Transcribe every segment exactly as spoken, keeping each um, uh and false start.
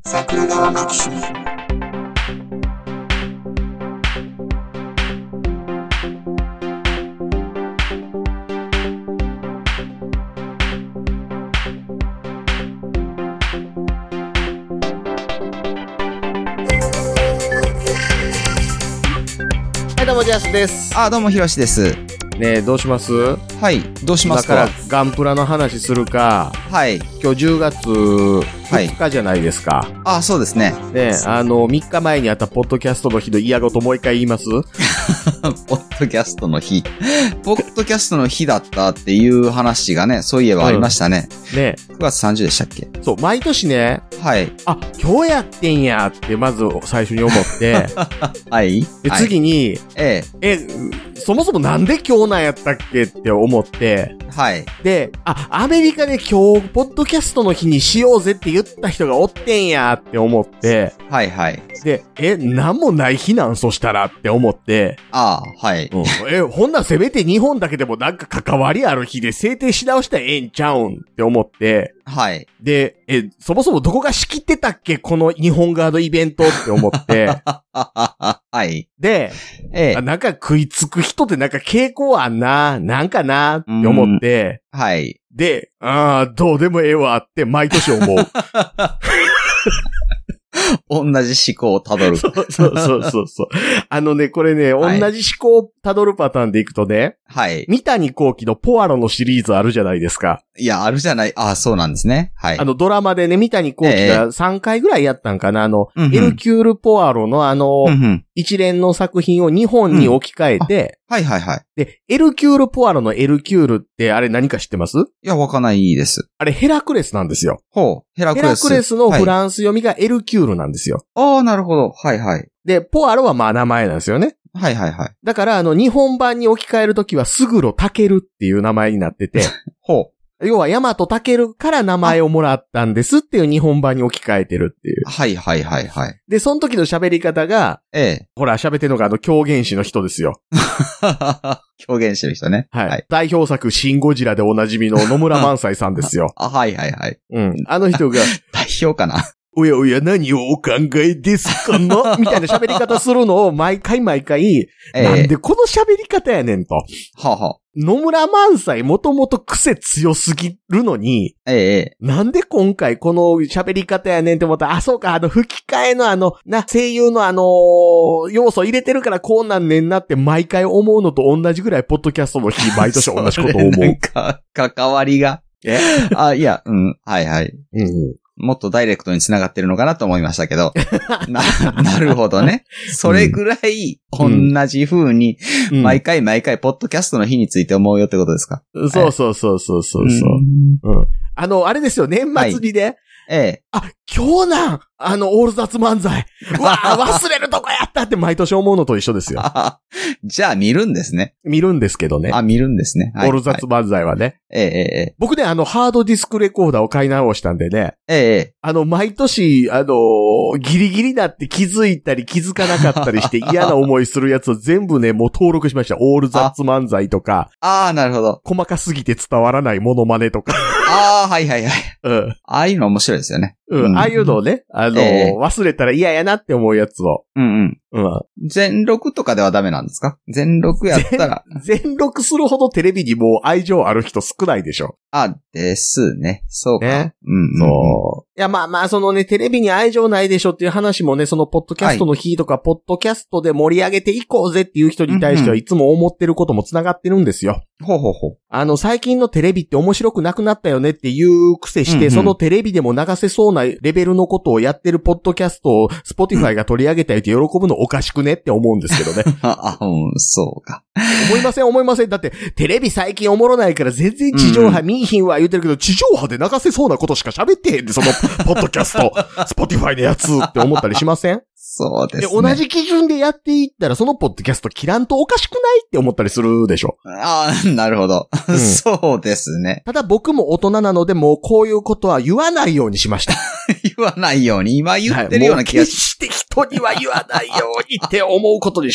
桜川マキシム。 はい、どうもジャスです。 あ、どうもひろしです。 ねえ、どうします？ はい、どうしますか？ だからガンプラの話するか。 はい。 今日じゅうがつふつかじゃないですか。はい、 あ、そうですね。 ねえ、あのみっかまえにあったポッドキャストの日の嫌ごともう一回言います？ ポッドキャストの日。ポッドキャストの日だったっていう話がね、そういえばありましたね。 うん、ねえ。くがつさんじゅうでしたっけ？ そう、毎年ね。 はい。 あ、今日やってんやってまず最初に思って。 はい。 で、次に、 ええ。 え、そもそもなんで今日なんやったっけって思って。 はい。 で、あ、アメリカで今日、ポッドキャストの日にしようぜって言った人がおってんやって思って。 はいはい。 で、え、なんもない日なんそしたらって思って。 ああ、はい。 うん、え、ほんならせめて日本だけでもなんか関わりある日で制定し直したらええんちゃうんって思って。 はい。 で、え、そもそもどこが仕切ってたっけこの日本側のイベントって思って。 はい。 で、 ええ、 なんか食いつく人ってなんか傾向あんな、なんかなって思って。 はい。 で、ああ、どうでもええわって毎年思う。 同じ思考をたどる。 そうそうそうそうそう。あのね、これね、はい、同じ思考をたどるパターンでいくとね。 はい。 三谷幸喜のポアロのシリーズあるじゃないですか。 いや、あるじゃない。あ、そうなんですね。はい。 あの、ドラマでね、三谷幸喜がさんかいぐらいやったんかな。あの、 うんうん、 エルキュール・ポアロのあの、うんうん、一連の作品を日本に置き換えて、 うん、はいはいはい。 で、エルキュール・ポアロのエルキュールってあれ何か知ってます？ いや、わかんないです。 あれヘラクレスなんですよ。 ほう、ヘラクレス。 ヘラクレスのフランス読みがエルキュールなんですよ。 はい、ああ、なるほど。はいはい。 で、ポアロはまあ名前なんですよね。 はいはいはい。 だから、あの、日本版に置き換えるときは、スグロタケルっていう名前になってて。 ほう。要は、ヤマトタケルから名前をもらったんですっていう日本版に置き換えてるっていう。 はいはいはいはい。 で、その時の喋り方が、 ええ。 ほら、喋ってるのがあの、狂言師の人ですよ。 狂言師の人ね。 はい。はい、代表作、シン・ゴジラでおなじみの野村萬斎さんですよ。 あ、はいはいはい。 うん。あの人が。 代表かな。 おやおや何をお考えですかなみたいな喋り方するのを毎回毎回、ええ、なんでこの喋り方やねんと。 はあはあ、 野村萬斎もともと癖強すぎるのに、 ええ、 なんで今回この喋り方やねんって思ったら、あ、そうか、あの吹き替えのあの、な、声優のあのー、要素入れてるからこうなんねんなって毎回思うのと同じぐらいポッドキャストの日毎年同じことを思う。 なんか、関わりが。 えあ、いや、うん、はいはい。 うんうんもっとダイレクトに繋がってるのかなと思いましたけど。な、なるほどね。それぐらい、同じ風に、毎回毎回、ポッドキャストの日について思うよってことですか？ うん、そうそうそうそうそう。うんうん、あの、あれですよ、年末にね。はい、 ええ。 あ、今日なんあの、オール雑漫才。うわ忘れるとこやったって毎年思うのと一緒ですよ。 じゃあ見るんですね。 見るんですけどね。 あ、見るんですね。 はい、オール雑漫才はね。 ええ、ええ。 僕ね、あの、ハードディスクレコーダーを買い直したんでね。 ええ。 あの、毎年、あのー、ギリギリだって気づいたり気づかなかったりして嫌な思いするやつを全部ね、もう登録しました。オール雑漫才とか。 ああ、なるほど。 細かすぎて伝わらないモノマネとか。 ああ、はいはいはい。 うん。 ああいうの面白いですよね。 うん。ああいうのをね、あのーえー、忘れたら嫌やなって思うやつを。 うんうん。 うん。 全録とかではダメなんですか？全録やったら。 全録するほどテレビにもう愛情ある人少ないでしょ。 あ、ですね。そうか。 ね。 うん、うん。 そう。いや、まあまあ、そのね、テレビに愛情ないでしょっていう話もね、そのポッドキャストの日とか、はい、ポッドキャストで盛り上げていこうぜっていう人に対してはいつも思ってることも繋がってるんですよ。 ほうほうほう。 あの、最近のテレビって面白くなくなったよねっていう癖して、うんうん、そのテレビでも流せそうなレベルのことをやってるポッドキャストをスポティファイが取り上げたりって喜ぶのおかしくねって思うんですけどね。 あ、うん、そうか。 思いません思いません。だって、テレビ最近おもろないから全然地上波見いひんわ言うてるけど、うん、地上波で流せそうなことしか喋ってへんで、そのポッドキャスト、スポティファイのやつって思ったりしません？ そうですね。 で、同じ基準でやっていったら、そのポッドキャスト切らんとおかしくないって思ったりするでしょ。 ああ、なるほど、うん。そうですね。 ただ僕も大人なので、もうこういうことは言わないようにしました。 言わないように、今言ってるような気がし、 はい、決して人には言わないようにって思うことにしました。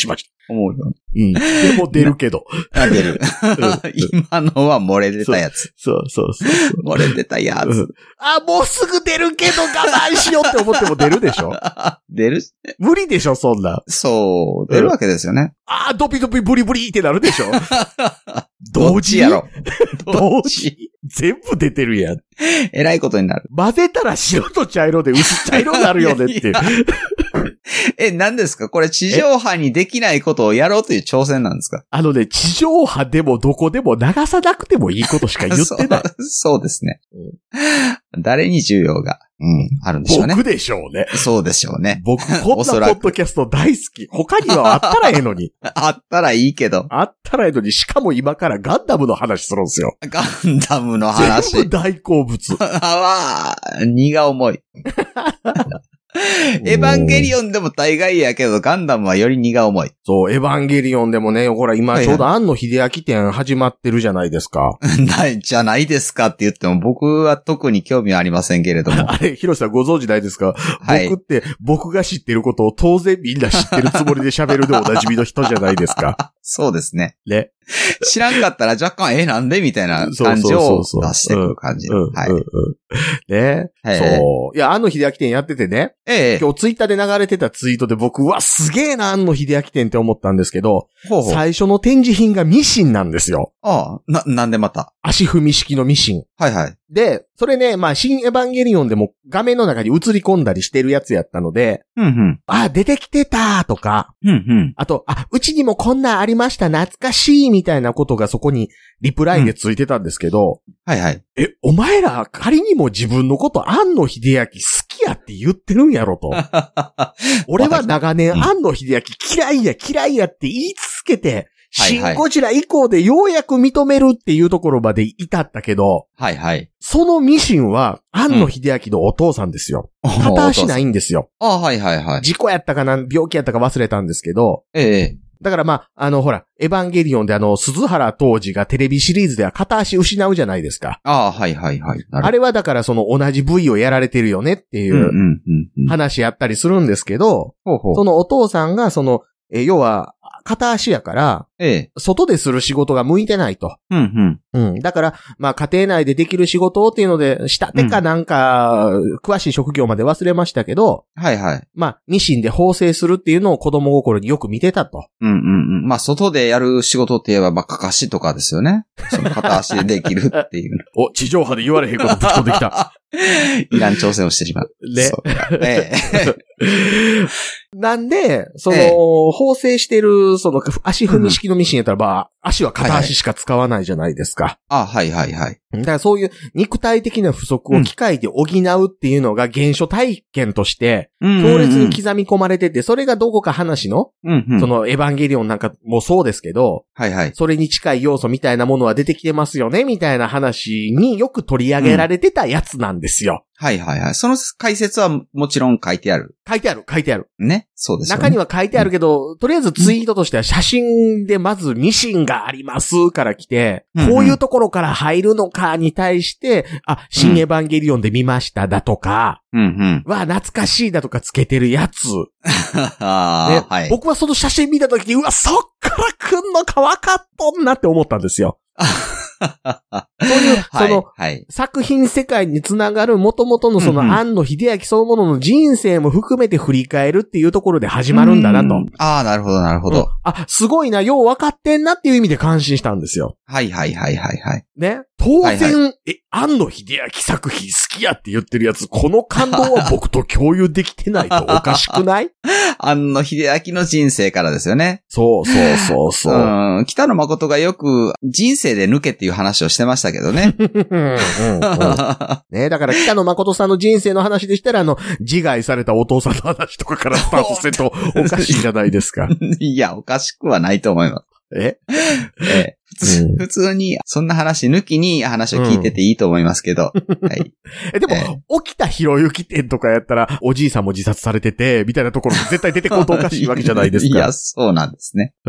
思うよ。 うん。でも出るけど。 あ、出る。今のは漏れ出たやつ。 そうそうそうそう。 漏れ出たやつ。うん、 あ、もうすぐ出るけど我慢しようって思っても出るでしょ出る無理でしょ、そんな。 そう、出るわけですよね。うん、 あ、ドピドピブリブリってなるでしょ同時やろ。 同時全部出てるやん。 えらいことになる。 混ぜたら白と茶色で薄茶色になるよねっていう。 え、何ですかこれ地上波にできないことをやろうという挑戦なんですか？ あのね、地上波でもどこでも流さなくてもいいことしか言ってない。 そう、そうですね、うん。誰に需要が、うん、あるんでしょうね。 僕でしょうね。 そうでしょうね。 僕、こんなポッドキャスト大好き。他にはあったらええのに。 あったらいいけど。 あったらええのに、しかも今からガンダムの話するんですよ。 ガンダムの話。 全部大好物。 あわ荷が重い。エヴァンゲリオンでも大概やけど、ガンダムはより荷が重い。 そう、エヴァンゲリオンでもね、ほら今ちょうど庵野秀明展始まってるじゃないですか。 ない、じゃないですかって言っても、僕は特に興味はありませんけれども。 あれ、ヒロシさんご存知ないですか？ はい。 僕って、僕が知ってることを当然みんな知ってるつもりで喋るでおなじみの人じゃないですか。 そうですね。 ね。 知らんかったら若干、え、なんでみたいな感じを出してくる感じ。はい。 ね。そう。いや、庵野秀明展やっててね。 ええ。 今日ツイッターで流れてたツイートで僕、うわ、すげえな、庵野秀明展って思ったんですけど、 ほうほう最初の展示品がミシンなんですよ。 ああ、な、なんでまた足踏み式のミシン。 はいはい。 で、それね、まあ、新エヴァンゲリオンでも画面の中に映り込んだりしてるやつやったので、 うんうん。 あ、出てきてたとか、 うんうん。 あと、あ、うちにもこんなんありました、懐かしいみたいなことがそこにリプライでついてたんですけど、 うん、はいはい。 え、お前ら仮にも自分のこと庵野秀明好きやって言ってるんやろと。俺は長年庵野秀明嫌いや嫌いやって言い続けて、シン・ゴジラ以降でようやく認めるっていうところまで至ったけど、 はいはい。 そのミシンは庵野秀明のお父さんですよ。うん、片足ないんですよ。 ああ、はいはいはい。 事故やったかな、病気やったか忘れたんですけど、 ええ。 だからまあ、あのほら、エヴァンゲリオンであの、鈴原当時がテレビシリーズでは片足失うじゃないですか。 ああ、はいはいはい。 あれはだからその同じ部位をやられてるよねっていう話やったりするんですけど、 ほうほう、 そのお父さんがその、え要は、片足やから、 ええ、 外でする仕事が向いてないと。 うんうん。 うん。だから、まあ家庭内でできる仕事っていうので、下手かなんか、うん、詳しい職業まで忘れましたけど、 はいはい。 まあ、ミシンで縫製するっていうのを子供心によく見てたと。 うんうんうん。まあ、外でやる仕事って言えば、まあ、かかしとかですよね。その片足でできるっていう。 お、地上波で言われへんことぶっ飛んできた。 いらん挑戦をしてしまう。 ね。 ええ。 なんで、その、ええ、縫製してる、その、足踏み式のミシンやったら、まあ、足は片足しか使わないじゃないですか。 あ、はいはいはい。 だからそういう肉体的な不足を機械で補うっていうのが原初体験として、強烈に刻み込まれてて、それがどこか話の、 うんうん、 そのエヴァンゲリオンなんかもそうですけど、 はいはい。 それに近い要素みたいなものは出てきてますよね、みたいな話によく取り上げられてたやつなんですよ。 うん、はいはいはい。その解説はもちろん書いてある。 書いてある、書いてある。 ね。そうですよね。 中には書いてあるけど、うん、とりあえずツイートとしては写真でまずミシンがありますから来て、うんうん、こういうところから入るのかに対して、あ、新エヴァンゲリオンで見ましただとか、 うんうん、 わ、懐かしいだとかつけてるやつ。 あね、はい、 僕はその写真見たときに、うわ、そっから来んのか分かっとんなって思ったんですよ。そういう、その、はいはい、作品世界につながる元々のその庵野秀明そのものの人生も含めて振り返るっていうところで始まるんだなと。 ああ、なるほど、なるほど、うん。 あ、すごいな、よう分かってんなっていう意味で感心したんですよ。 はいはいはいはいはい。 ね。当然、はいはい、え、庵野秀明作品好きやって言ってるやつ、この感動は僕と共有できてないとおかしくない庵野秀明の人生からですよね。 そうそうそうそう。 うん、北野誠がよく人生で抜けっていう話をしてましたけどね。うんうんうん、 ね、だから北野誠さんの人生の話でしたら、あの、自害されたお父さんの話とかからスタートするとおかしいじゃないですか。 いや、おかしくはないと思います。 ええ普通、うん、普通に、そんな話抜きに話を聞いてていいと思いますけど。うん、はい。 え、でも、えー、起きたひろゆき店とかやったら、おじいさんも自殺されてて、みたいなところ絶対出てこうとおかしいわけじゃないですか。 いや、そうなんですね。 うん。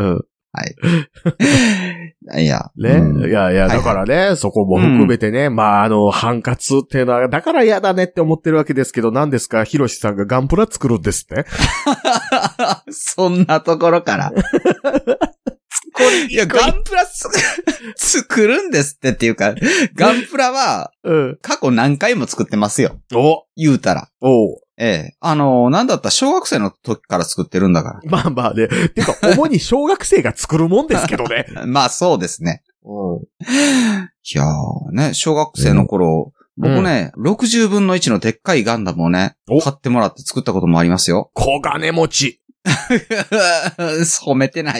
はい。いや。 ね。 うん、 いやいや、だからね、はいはい、そこも含めてね、うん、まあ、あの、管轄っていうのは、だから嫌だねって思ってるわけですけど、何ですか、ヒロシさんがガンプラ作るんですってそんなところから。いや、ガンプラつ作るんですってっていうか、ガンプラは、過去何回も作ってますよ。 お言うたら。 おええ。あのー、なんだったら小学生の時から作ってるんだから。 まあまあね。てか、主に小学生が作るもんですけどね。 まあそうですね。 うん、 いやーね、小学生の頃、うん、僕ね、ろくじゅうぶんのいちのでっかいガンダムをね、買ってもらって作ったこともありますよ。 小金持ち。 褒めてない。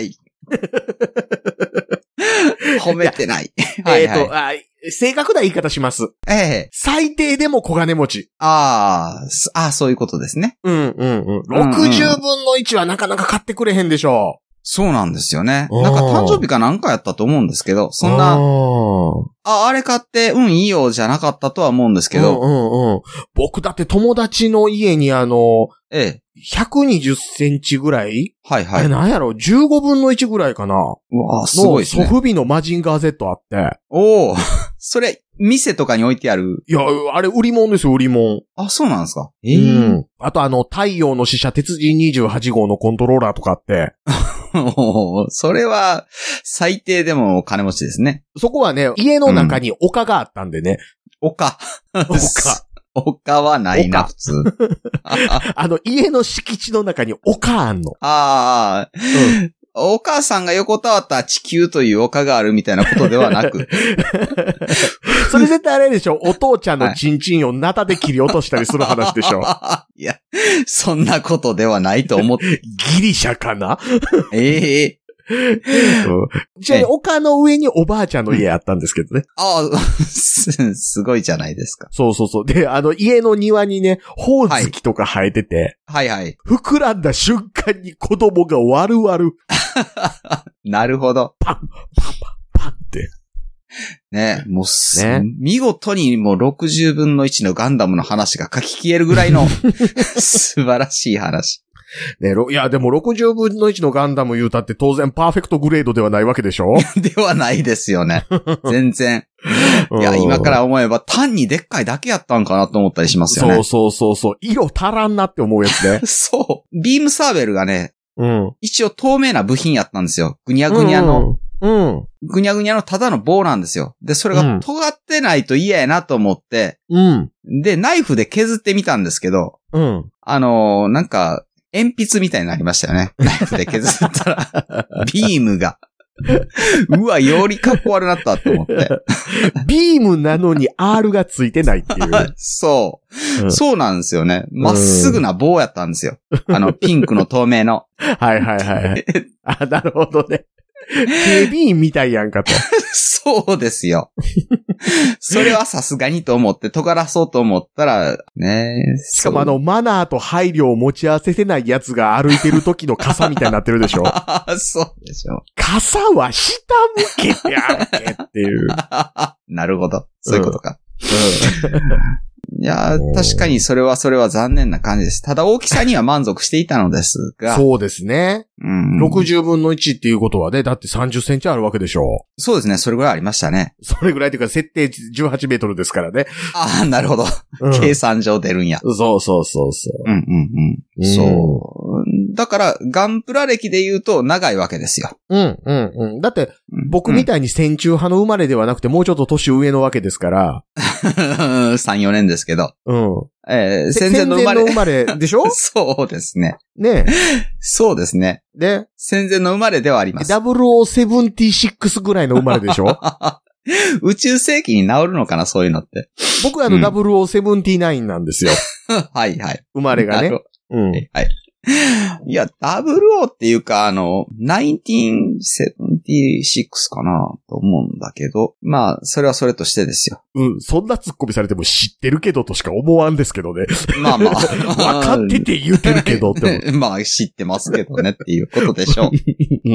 褒めてない。 えっと、あ、正確な言い方します。 ええ。 最低でも小金持ち。 ああ、あそういうことですね。 うんうんうん。ろくじゅうぶんのいちはなかなか買ってくれへんでしょう。 そうなんですよね。なんか誕生日かなんかやったと思うんですけど、そんな、あ、あれ買って、うん、いいよじゃなかったとは思うんですけど。 うんうんうん。僕だって友達の家にあの、 ええ。 ひゃくにじゅっセンチぐらいはいはい。 あれなんやろ ?じゅうごぶんのいちぐらいかな。 うわぁ、すごいですね。 のソフビのマジンガー Z あって。 おー。それ、店とかに置いてある？ いや、あれ売り物ですよ、売り物。 あ、そうなんですか？ ええー。うん。あとあの、太陽の使者鉄人にじゅうはち号のコントローラーとかあって。 それは、最低でも金持ちですね。 そこはね、家の中に丘があったんでね。 うん、丘。 丘。 丘はないな、普通。 あの、家の敷地の中に丘あんの。 ああ、うん。お母さんが横たわった地球という丘があるみたいなことではなく。 それ絶対あれでしょ。お父ちゃんのチンチンをナタで切り落としたりする話でしょ。 いや、そんなことではないと思って。 ギリシャかなええー。 じゃあ、丘の上におばあちゃんの家あったんですけどね。 ああ、す、すごいじゃないですか。 そうそうそう。で、あの、家の庭にね、ほおずきとか生えてて。 はい、はい、はい。 膨らんだ瞬間に子供がワルワル。 なるほど。 パン、パン、パン、パンって。 ね、もうす、ね、見事にもうろくじゅうぶんのいちのガンダムの話が書き消えるぐらいの素晴らしい話。 ね、いや、でもろくじゅうぶんのいちのガンダム言うたって当然パーフェクトグレードではないわけでしょではないですよね。全然。いや、今から思えば単にでっかいだけやったんかなと思ったりしますよね。 そうそうそうそう。色足らんなって思うやつね。 そう。ビームサーベルがね、 うん、 一応透明な部品やったんですよ。ぐにゃぐにゃの。 うん。うん、 ぐにゃぐにゃのただの棒なんですよ。で、それが尖ってないと嫌やなと思って、 うん。 で、ナイフで削ってみたんですけど、 うん。 あのー、なんか、鉛筆みたいになりましたよね。ナイフで削ったら、ビームが。うわ、よりかっこ悪なったと思って。 ビームなのに R がついてないっていう。 そう、うん。そうなんですよね。まっすぐな棒やったんですよ。あの、ピンクの透明の。 はいはいはい。あ、なるほどね。警備員みたいやんかと。 そうですよ。それはさすがにと思って尖らそうと思ったら、ね。 しかもあの、マナーと配慮を持ち合わせてないやつが歩いてる時の傘みたいになってるでしょ。 そうでしょ。 傘は下向けて歩けっていう。 なるほど。そういうことか。 うんうんいやー、確かにそれはそれは残念な感じです。ただ大きさには満足していたのですが。 そうですね。 うん、 ろくじゅうぶんのいちっていうことはね、だってさんじゅっセンチあるわけでしょ。 そうですね、それぐらいありましたね。 それぐらいというか設定じゅうはちメートルですからね。 ああ、なるほど、うん。計算上出るんや。 そうそうそうそう。 うんうんうん。そう。だから、ガンプラ歴で言うと長いわけですよ。 うんうんうん。だって、僕みたいに戦中派の生まれではなくて、もうちょっと年上のわけですから。 さん、よねんですけど。 うん。 えー、戦前の生まれ。 戦前の生まれでしょそうですね。 ねえ。 そうですね。 で、 戦前の生まれではあります。 ダブルオーセブンティーシックスぐらいの生まれでしょ宇宙世紀に治るのかな、そういうのって。 僕はあの、うん、ダブルオーセブンティーナインなんですよ。 はいはい。 生まれがね。うん。 はい。いや、ダブルオーっていうか、あの、ナインティーンセブンティーシックスかなと思うんだけど、まあ、それはそれとしてですよ。 うん、そんな突っ込みされても知ってるけどとしか思わんですけどね。 まあまあ。 分かってて言ってるけどって。 まあ、知ってますけどねっていうことでしょう。 うん、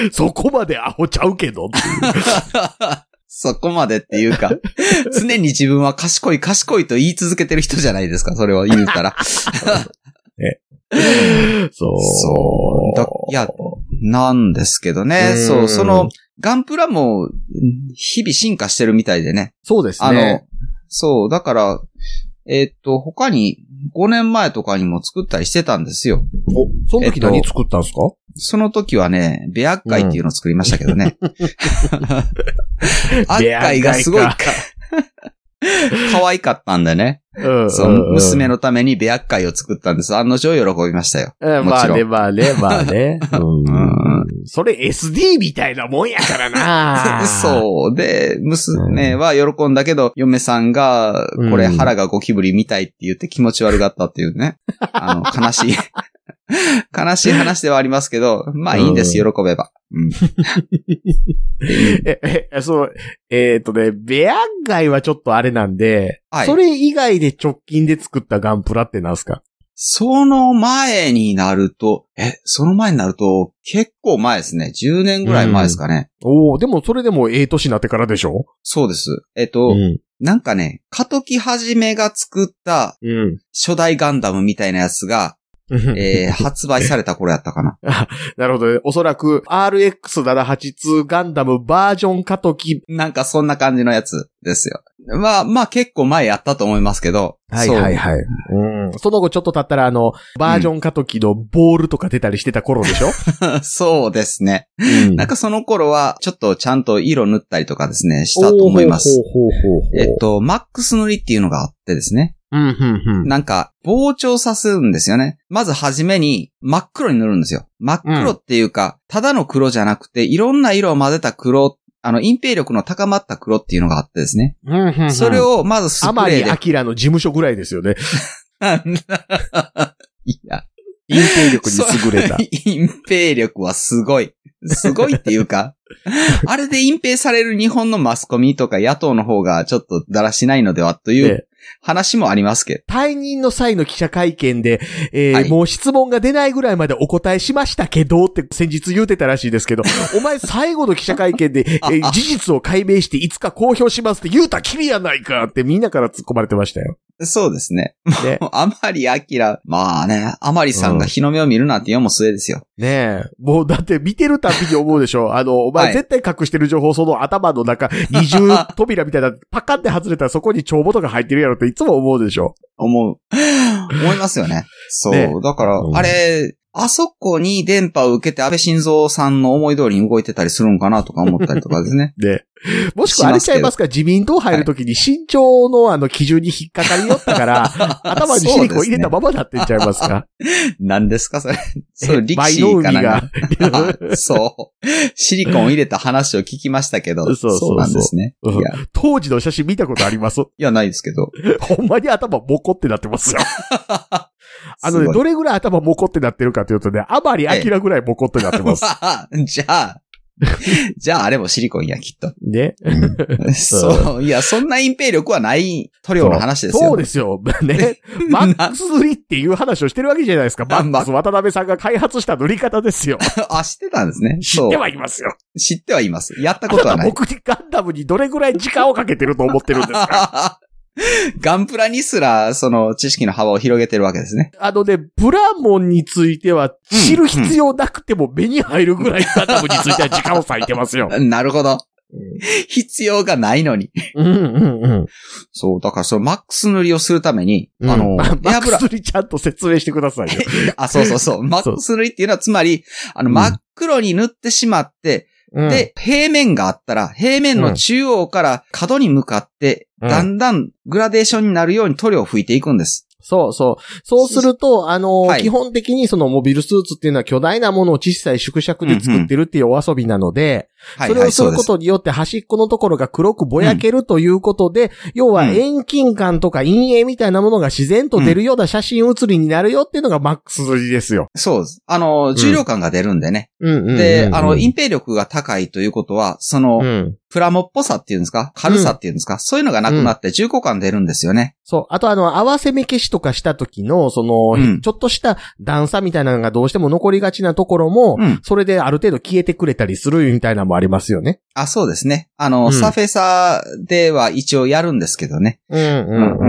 そこまでアホちゃうけどっていう。 そこまでっていうか、常に自分は賢い賢いと言い続けてる人じゃないですか、それを言うたら。 えそう。 そうだ。いや、 なんですけどね。そう、その、ガンプラも、日々進化してるみたいでね。 そうですね。 あの、そう、だから、えー、っと、他にごねんまえとかにも作ったりしてたんですよ。 お、その時何作ったんですか？えっと、 その時はね、ベアッカイっていうのを作りましたけどね。うん、アッカイがすごいか、可愛かったんでね。うん、そう、娘のためにベアッカイを作ったんです。案の定喜びましたよ。 うん、もちろん。まあね、まあね、まあね。うん、それ エスディー みたいなもんやからな。 そう。で、娘は喜んだけど、嫁さんが、これ腹がゴキブリみたいって言って気持ち悪がったっていうね。あの、悲しい。悲しい話ではありますけど、まあいいんです、喜べば。うん、 え、え、そう、えっ、ー、とね、ベアンガイはちょっとあれなんで、はい、それ以外で直近で作ったガンプラって何すか？ その前になると、え、その前になると、結構前ですね。じゅうねんぐらい前ですかね。 うん、おー、でもそれでもええ年になってからでしょ？ そうです。えっと、うん、なんかね、カトキはじめが作った、初代ガンダムみたいなやつが、えー、発売された頃やったかな。 なるほどね。おそらく アールエックスななはちに ガンダムバージョンカトキ。 なんかそんな感じのやつですよ。まあまあ結構前やったと思いますけど。 はいはいはい。うん。その後ちょっと経ったらあの、バージョンカトキのボールとか出たりしてた頃でしょ？ うん、そうですね、うん。なんかその頃はちょっとちゃんと色塗ったりとかですね、したと思います。ほうほうほうほう。えっと、マックス塗りっていうのがあってですね。 うんうんうん、 なんか、膨張させるんですよね。まずはじめに真っ黒に塗るんですよ。真っ黒っていうか、うん、ただの黒じゃなくて、いろんな色を混ぜた黒、あの、隠蔽力の高まった黒っていうのがあってですね。 うんうんうん、 それをまずスプレーで。 あまりアキラの事務所ぐらいですよね。 いや。 隠蔽力に優れた。 隠蔽力はすごい。すごいっていうか、あれで隠蔽される日本のマスコミとか野党の方がちょっとだらしないのではという、話もありますけど。 退任の際の記者会見で、えーはい、もう質問が出ないぐらいまでお答えしましたけどって先日言うてたらしいですけど、お前最後の記者会見で、えー、事実を解明していつか公表しますって言うたきりやないかってみんなから突っ込まれてましたよ。 そうですね。ねあまりあきら、まあね、あまりさんが日の目を見るなんて世も末ですよ。 ねえ。もうだって見てるたびに思うでしょ。あの、お前絶対隠してる情報、その頭の中、二重扉みたいな、パカって外れたらそこに帳簿とか入ってるやろっていつも思うでしょ。 思う。思いますよね。そう。ね、だから、うん、あれ、あそこに電波を受けて安倍晋三さんの思い通りに動いてたりするんかなとか思ったりとかですね。 で、もしくはあれちゃいますか、自民党入るときに身長のあの基準に引っかかりよったから、はい、頭にシリコン入れたままなってんちゃいますか？ 何ですかそれ。そう、力士かなが。そう。シリコンを入れた話を聞きましたけど。そうそうそう。そうなんですね。 いや当時の写真見たことあります？いや、ないですけど。 ほんまに頭ボコってなってますよ。あのね、どれぐらい頭ボコってなってるかというとね、あまりアキラぐらいボコってなってます。 じゃあ、じゃああれもシリコンや、きっと。 ね。 そう。いや、そんな隠蔽力はない塗料の話ですよ。 そうですよ。ね。マックス塗りっていう話をしてるわけじゃないですか。マックス渡辺さんが開発した塗り方ですよ。 あ、知ってたんですね。 知ってはいますよ。 知ってはいます。やったことはない。 僕にガンダムにどれぐらい時間をかけてると思ってるんですか？ ガンプラにすら、その知識の幅を広げてるわけですね。 あのね、プラモンについては知る必要なくても目に入るぐらいガンダムについては時間を割いてますよ。 なるほど。必要がないのに。 うんうんうん。 そう、だからそのマックス塗りをするために、うん、あの、 マックス塗りちゃんと説明してくださいよ。 あ、そうそうそう。マックス塗りっていうのはつまり、あの、真っ黒に塗ってしまって、うん、で、平面があったら、平面の中央から角に向かって、うん、だんだんグラデーションになるように塗料を吹いていくんです。 そうそう。そうすると、あの、はい、基本的にそのモビルスーツっていうのは巨大なものを小さい縮尺で作ってるっていうお遊びなので、うんうん、それをすることによって端っこのところが黒くぼやけるということで、うん、要は遠近感とか陰影みたいなものが自然と出るような写真写りになるよっていうのがマックス塗りですよ。 そうです。あの、重量感が出るんでね。 うん、 で、あの、隠蔽力が高いということは、その、うん、プラモっぽさっていうんですか？軽さっていうんですか？うん、そういうのがなくなって重厚感出るんですよね。 そう。あとあの、合わせ目消しとかした時の、その、うん、ちょっとした段差みたいなのがどうしても残りがちなところも、うん、それである程度消えてくれたりするみたいなのももありますよね。 あ、そうですね。あの、 うん、 サフェサーでは一応やるんですけどね。 うんうんうん。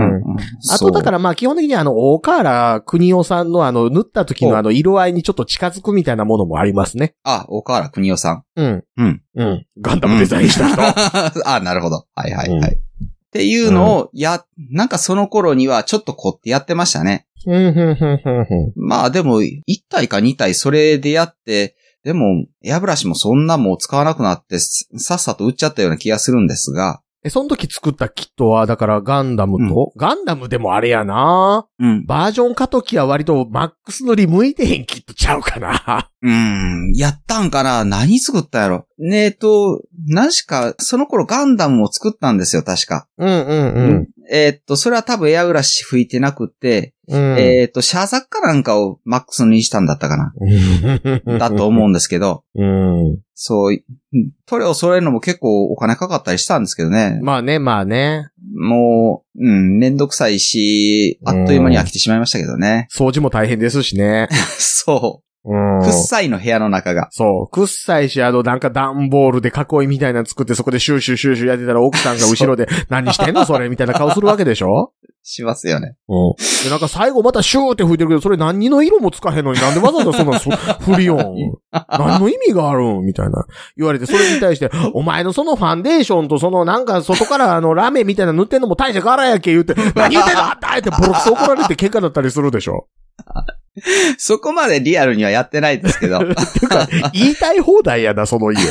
うん、あとだからまあ基本的にあの、大河原邦夫さんのあの、塗った時のあの、色合いにちょっと近づくみたいなものもありますね。 あ、大河原邦夫さん。 うん。 うん。 うん。ガンダムデザインした人。うん、 あ、なるほど。はいはいはい。うん、っていうのを、や、なんかその頃にはちょっと凝ってやってましたね。 うん、うん、うん、うん。 まあでも、いったいかにたいそれでやって、でも、エアブラシもそんなもう使わなくなって、さっさと売っちゃったような気がするんですが。 え、その時作ったキットは、だからガンダムと、うん、ガンダムでもあれやな、うん、バージョン過渡期は割とマックス塗り向いてへんキットちゃうかな。 うーん、やったんかな、何作ったやろ。ねえと、何しか、その頃ガンダムを作ったんですよ、確か。 うんうんうん。 えー、っと、それは多分エアブラシ吹いてなくて、うん、えー、っと、シャーザッカなんかをマックスにしたんだったかな。だと思うんですけど。 うん、 そう、塗料揃えるのも結構お金かかったりしたんですけどね。 まあね、まあね。 もう、うん、めんどくさいし、あっという間に飽きてしまいましたけどね。 掃除も大変ですしね。 そう。 うん、 くっさいの部屋の中が。 そう。くっさいし、あの、なんか段ボールで囲いみたいなの作って、そこでシューシューシューシューやってたら奥さんが後ろで、何してんのそれみたいな顔するわけでしょしますよね。 うん。で、なんか最後またシューって吹いてるけど、それ何の色もつかへんのになんでわざわざそんな振りよん何の意味があるんみたいな。言われて、それに対して、お前のそのファンデーションとそのなんか外からあのラメみたいな塗ってんのも大して柄やけ言って、何言ってんだってあえてボロクソ怒られて喧嘩だったりするでしょ。 そこまでリアルにはやってないですけど。 ていうか、言いたい放題やな、その家。い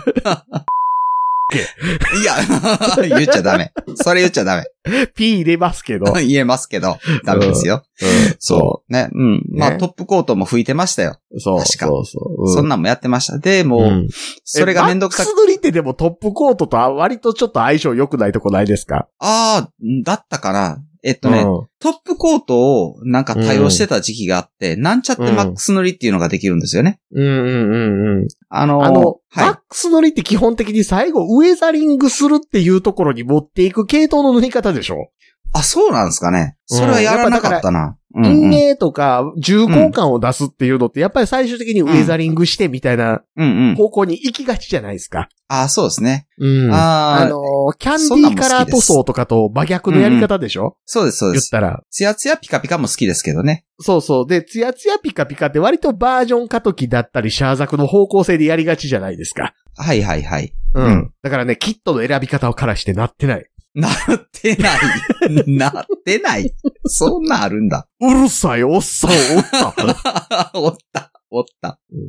や、言っちゃダメ。それ言っちゃダメ。 P 入れますけど。 言えますけど、ダメですよ。うんうん、そうね。うん。まあ、ね、トップコートも吹いてましたよ。 そう。 確か。 そうそう、 うん。そんなんもやってました。で、もう、うん、それがめんどくさくて。 マックス塗りってでもトップコートと割とちょっと相性良くないとこないですか？ ああ、だったかな。えっとね、うん、トップコートをなんか多用してた時期があって、うん、なんちゃってマックス塗りっていうのができるんですよね。 うんうんうんうん。 あのー、 あの、 はい、 マックス塗りって基本的に最後ウェザリングするっていうところに持っていく系統の塗り方でしょ？ あ、そうなんですかね。それはやらなかったな。 陰影とか重厚感を出すっていうのってやっぱり最終的にウェザリングしてみたいな方向に行きがちじゃないですか。 ああ、そうですね。 うん。あ, あのー、キャンディーカラー塗装とかと真逆のやり方でしょ、うんうん、 そうです、そうです。 言ったら。 ツヤツヤピカピカも好きですけどね。 そうそう。で、ツヤツヤピカピカって割とバージョン過渡期だったりシャーザクの方向性でやりがちじゃないですか。 はいはいはい。 うん。うん、だからね、キットの選び方をからしてなってない。 なってない。なってない。そんなあるんだ。 うるさいおっさんおった。 おった。おった。 うん、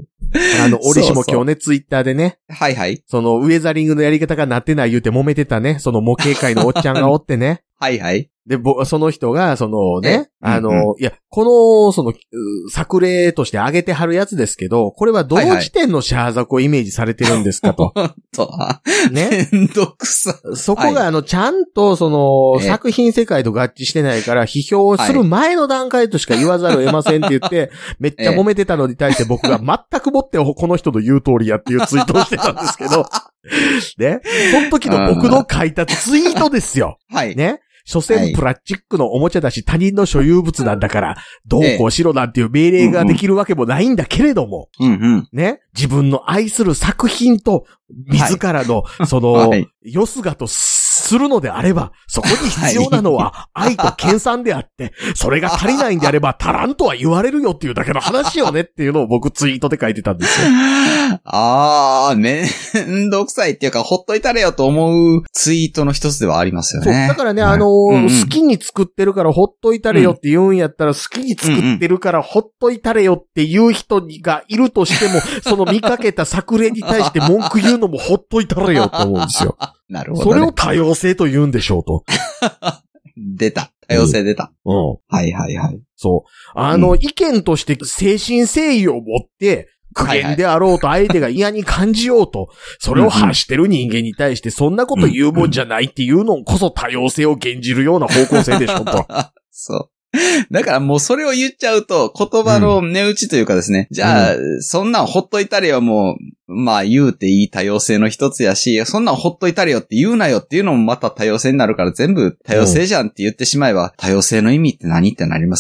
あの、折しも今日ね、ツイッターでね。 はいはい。 その、ウェザリングのやり方がなってない言うて揉めてたね。その模型界のおっちゃんがおってね。 はいはい。 で、ぼ、その人が、そのね、あの、 うんうん、 いや、この、その、作例として挙げてはるやつですけど、これは同時点のシャーザクをイメージされてるんですかと。 ほんと。 ね。 めんどくさ。 そこが、あの、ちゃんと、その、作品世界と合致してないから、批評する前の段階としか言わざるを得ませんって言って、めっちゃ揉めてたのに対して僕が全くもってこの人の言う通りやっていうツイートをしてたんですけど、ね。その時の僕の書いたツイートですよ。 はい。 ね。所詮プラスチックのおもちゃだし他人の所有物なんだから、どうこうしろなんていう命令ができるわけもないんだけれども、 うんうん、 ね、自分の愛する作品と自らの、その、はい、よすがとするのであれば、そこに必要なのは愛と研鑽であって、それが足りないんであれば足らんとは言われるよっていうだけの話よねっていうのを僕ツイートで書いてたんですよ。 あー、めんどくさいっていうか、ほっといたれよと思うツイートの一つではありますよね。 そう。だからね、あのーうんうん、好きに作ってるからほっといたれよって言うんやったら、うん、好きに作ってるからほっといたれよっていう人がいるとしても、その見かけた作例に対して文句言うのもほっといたれよと思うんですよ。 なるほど、ね。 それを多様性と言うんでしょうと。 出た。多様性出た。 うん。うん、 はいはいはい。 そう。あの、うん、意見として誠心誠意を持って、苦言であろうと相手が嫌に感じようと、それを発してる人間に対してそんなこと言うもんじゃないっていうのこそ多様性を減じるような方向性でしょと。 そう。だからもうそれを言っちゃうと言葉の値打ちというかですね、うん、じゃあ、うん、そんなんほっといたれよもう、まあ言うていい多様性の一つやし、そんなんほっといたれよって言うなよっていうのもまた多様性になるから全部多様性じゃんって言ってしまえば、多様性の意味って何ってなりますよね。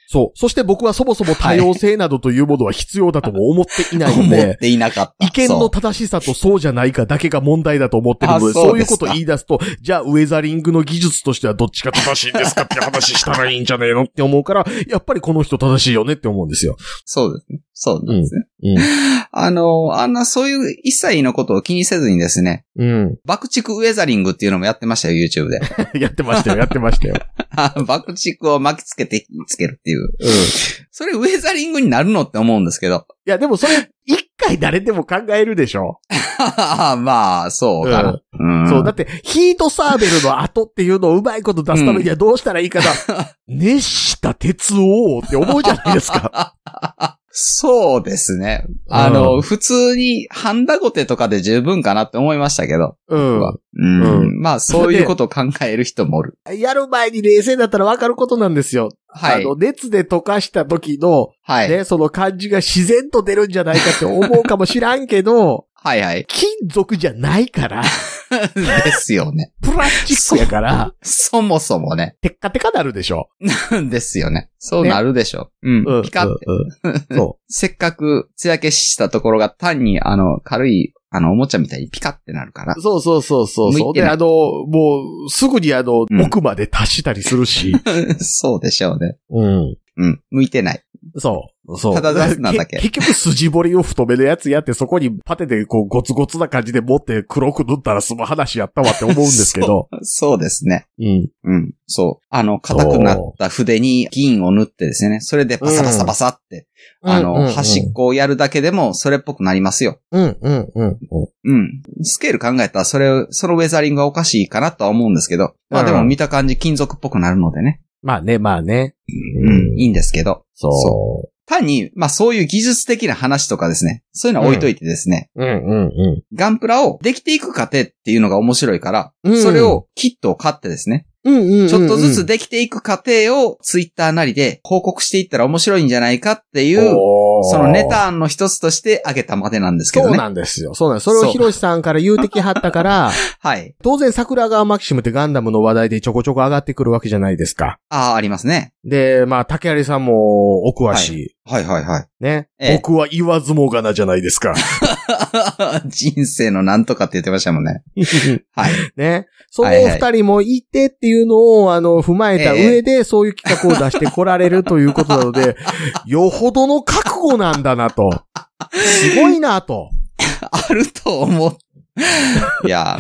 そう。そして僕はそもそも多様性などというものは必要だとも思っていないので、 思っていなかった。 意見の正しさとそうじゃないかだけが問題だと思ってるので、そういうことを言い出すと、じゃあウェザリングの技術としてはどっちが正しいんですかって話したらいいんじゃねえのって思うから、やっぱりこの人正しいよねって思うんですよ。 そうですね。そうなんですね。 うんうん、 あの、あんなそういう一切のことを気にせずにですね、 うん、 爆竹ウェザリングっていうのもやってましたよ、YouTube で。 やってましたよ、やってましたよ。 爆竹を巻きつけてつけるっていう。 うん。 それウェザリングになるのって思うんですけど。 いや、でもそれ、一回誰でも考えるでしょ。 まあ、そうかな、 うんうん。そう、だって、ヒートサーベルの後っていうのをうまいこと出すためにはどうしたらいいかな。うん、熱した鉄をって思うじゃないですか。 そうですね。あの、うん、普通にハンダゴテとかで十分かなって思いましたけど。 うん。 うんうん、まあ、そういうことを考える人もおる。 やる前に冷静だったら分かることなんですよ。 はい。 あの、熱で溶かした時の、はい。ね、その感じが自然と出るんじゃないかって思うかもしらんけど、 はいはい。 金属じゃないから。 ですよね。 プラスチックやから。 そ, そもそもね。 テッカテカなるでしょ。 ですよね。そうなるでしょ。ね、うん。ピカって。うんうん、そう。せっかく艶消ししたところが単にあの、軽い、あの、おもちゃみたいにピカってなるから。 そうそうそうそうそう。で、あの、もう、すぐにあの、うん、奥まで達したりするし。 そうでしょうね。 うん。 うん。向いてない。 そう。そう。 ただ出すなんだけ。 結局筋彫りを太めのやつやって、そこにパテでこうゴツゴツな感じで持って黒く塗ったら済む話やったわって思うんですけど。 そう、そうですね。 うん。 うん。そう。あの、硬くなった筆に銀を塗ってですね、それでパサパサパサって、うん、あの、うんうんうん、端っこをやるだけでもそれっぽくなりますよ。 うんうんうん。 うん。スケール考えたらそれ、そのウェザリングはおかしいかなとは思うんですけど、まあでも見た感じ金属っぽくなるのでね。 まあね、まあね。 うん、いいんですけど。 そう。そう単に、まあそういう技術的な話とかですね。そういうのは置いといてですね。 うん、うん、うんうん。 ガンプラをできていく過程っていうのが面白いから、うん、それをキットを買ってですね。 うんうんうんうん、 ちょっとずつできていく過程をツイッターなりで報告していったら面白いんじゃないかっていう、そのネタ案の一つとして挙げたまでなんですけどね。 そうなんですよ。そうなんです。それをヒロシさんから言うてきはったから、 はい。 当然桜川マキシムってガンダムの話題でちょこちょこ上がってくるわけじゃないですか。 ああ、ありますね。 で、まあ、竹有さんもお詳しい。 はい、はい、はいはい。 ね、ええ。僕は言わずもがなじゃないですか。 人生のなんとかって言ってましたもんね。はい。 ね。その二人もいてっていうのを、あの、踏まえた上で、そういう企画を出してこられるということなので、よほどの覚悟なんだなと。すごいなと。 あると思う。いや、うん。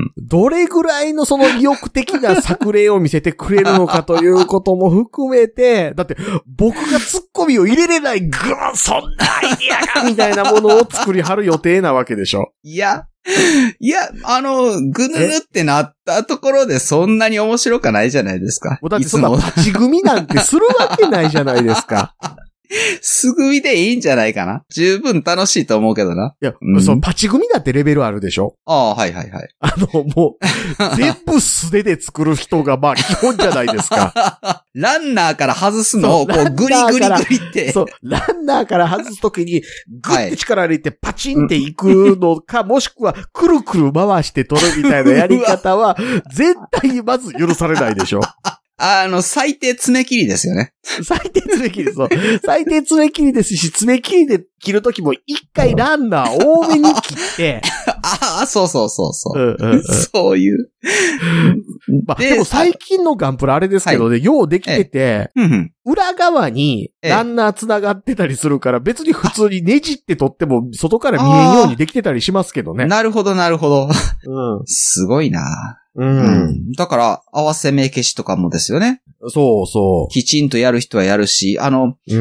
どれぐらいのその意欲的な作例を見せてくれるのかということも含めて、だって僕がツッコミを入れれないぐーそんなアイディアがみたいなものを作りはる予定なわけでしょ。 いや、いや、あの、ぐぬぬってなったところでそんなに面白くないじゃないですか。 だってそんなパチ組なんてするわけないじゃないですか。 すぐみでいいんじゃないかな。十分楽しいと思うけどな。 いや、うん、そう、パチ組だってレベルあるでしょ。 ああ、はいはいはい。 あの、もう、全部素手で作る人が、まあ、基本じゃないですか。 ランナーから外すのを、こう、グリグリグリって。 そう、ランナーから外すときに、グッて力入れてパチンっていくのか、はい、もしくは、くるくる回して取るみたいなやり方は、絶対にまず許されないでしょ。 あの、最低爪切りですよね。 最低爪切り、そう。最低爪切りですし、爪切りで切るときも一回ランナー多めに切って。 ああ、そうそうそうそう。 うんうんうん、 そういう。 まあ、でも最近のガンプラあれですけどね、はい、ようできてて、 うんうん、 裏側にランナー繋がってたりするから、別に普通にねじって取っても外から見えんようにできてたりしますけどね。 なるほどなるほど。 うん、 すごいな。 うん、うん。 だから、合わせ目消しとかもですよね。 そうそう。 きちんとやる人はやるし、あの、 うん、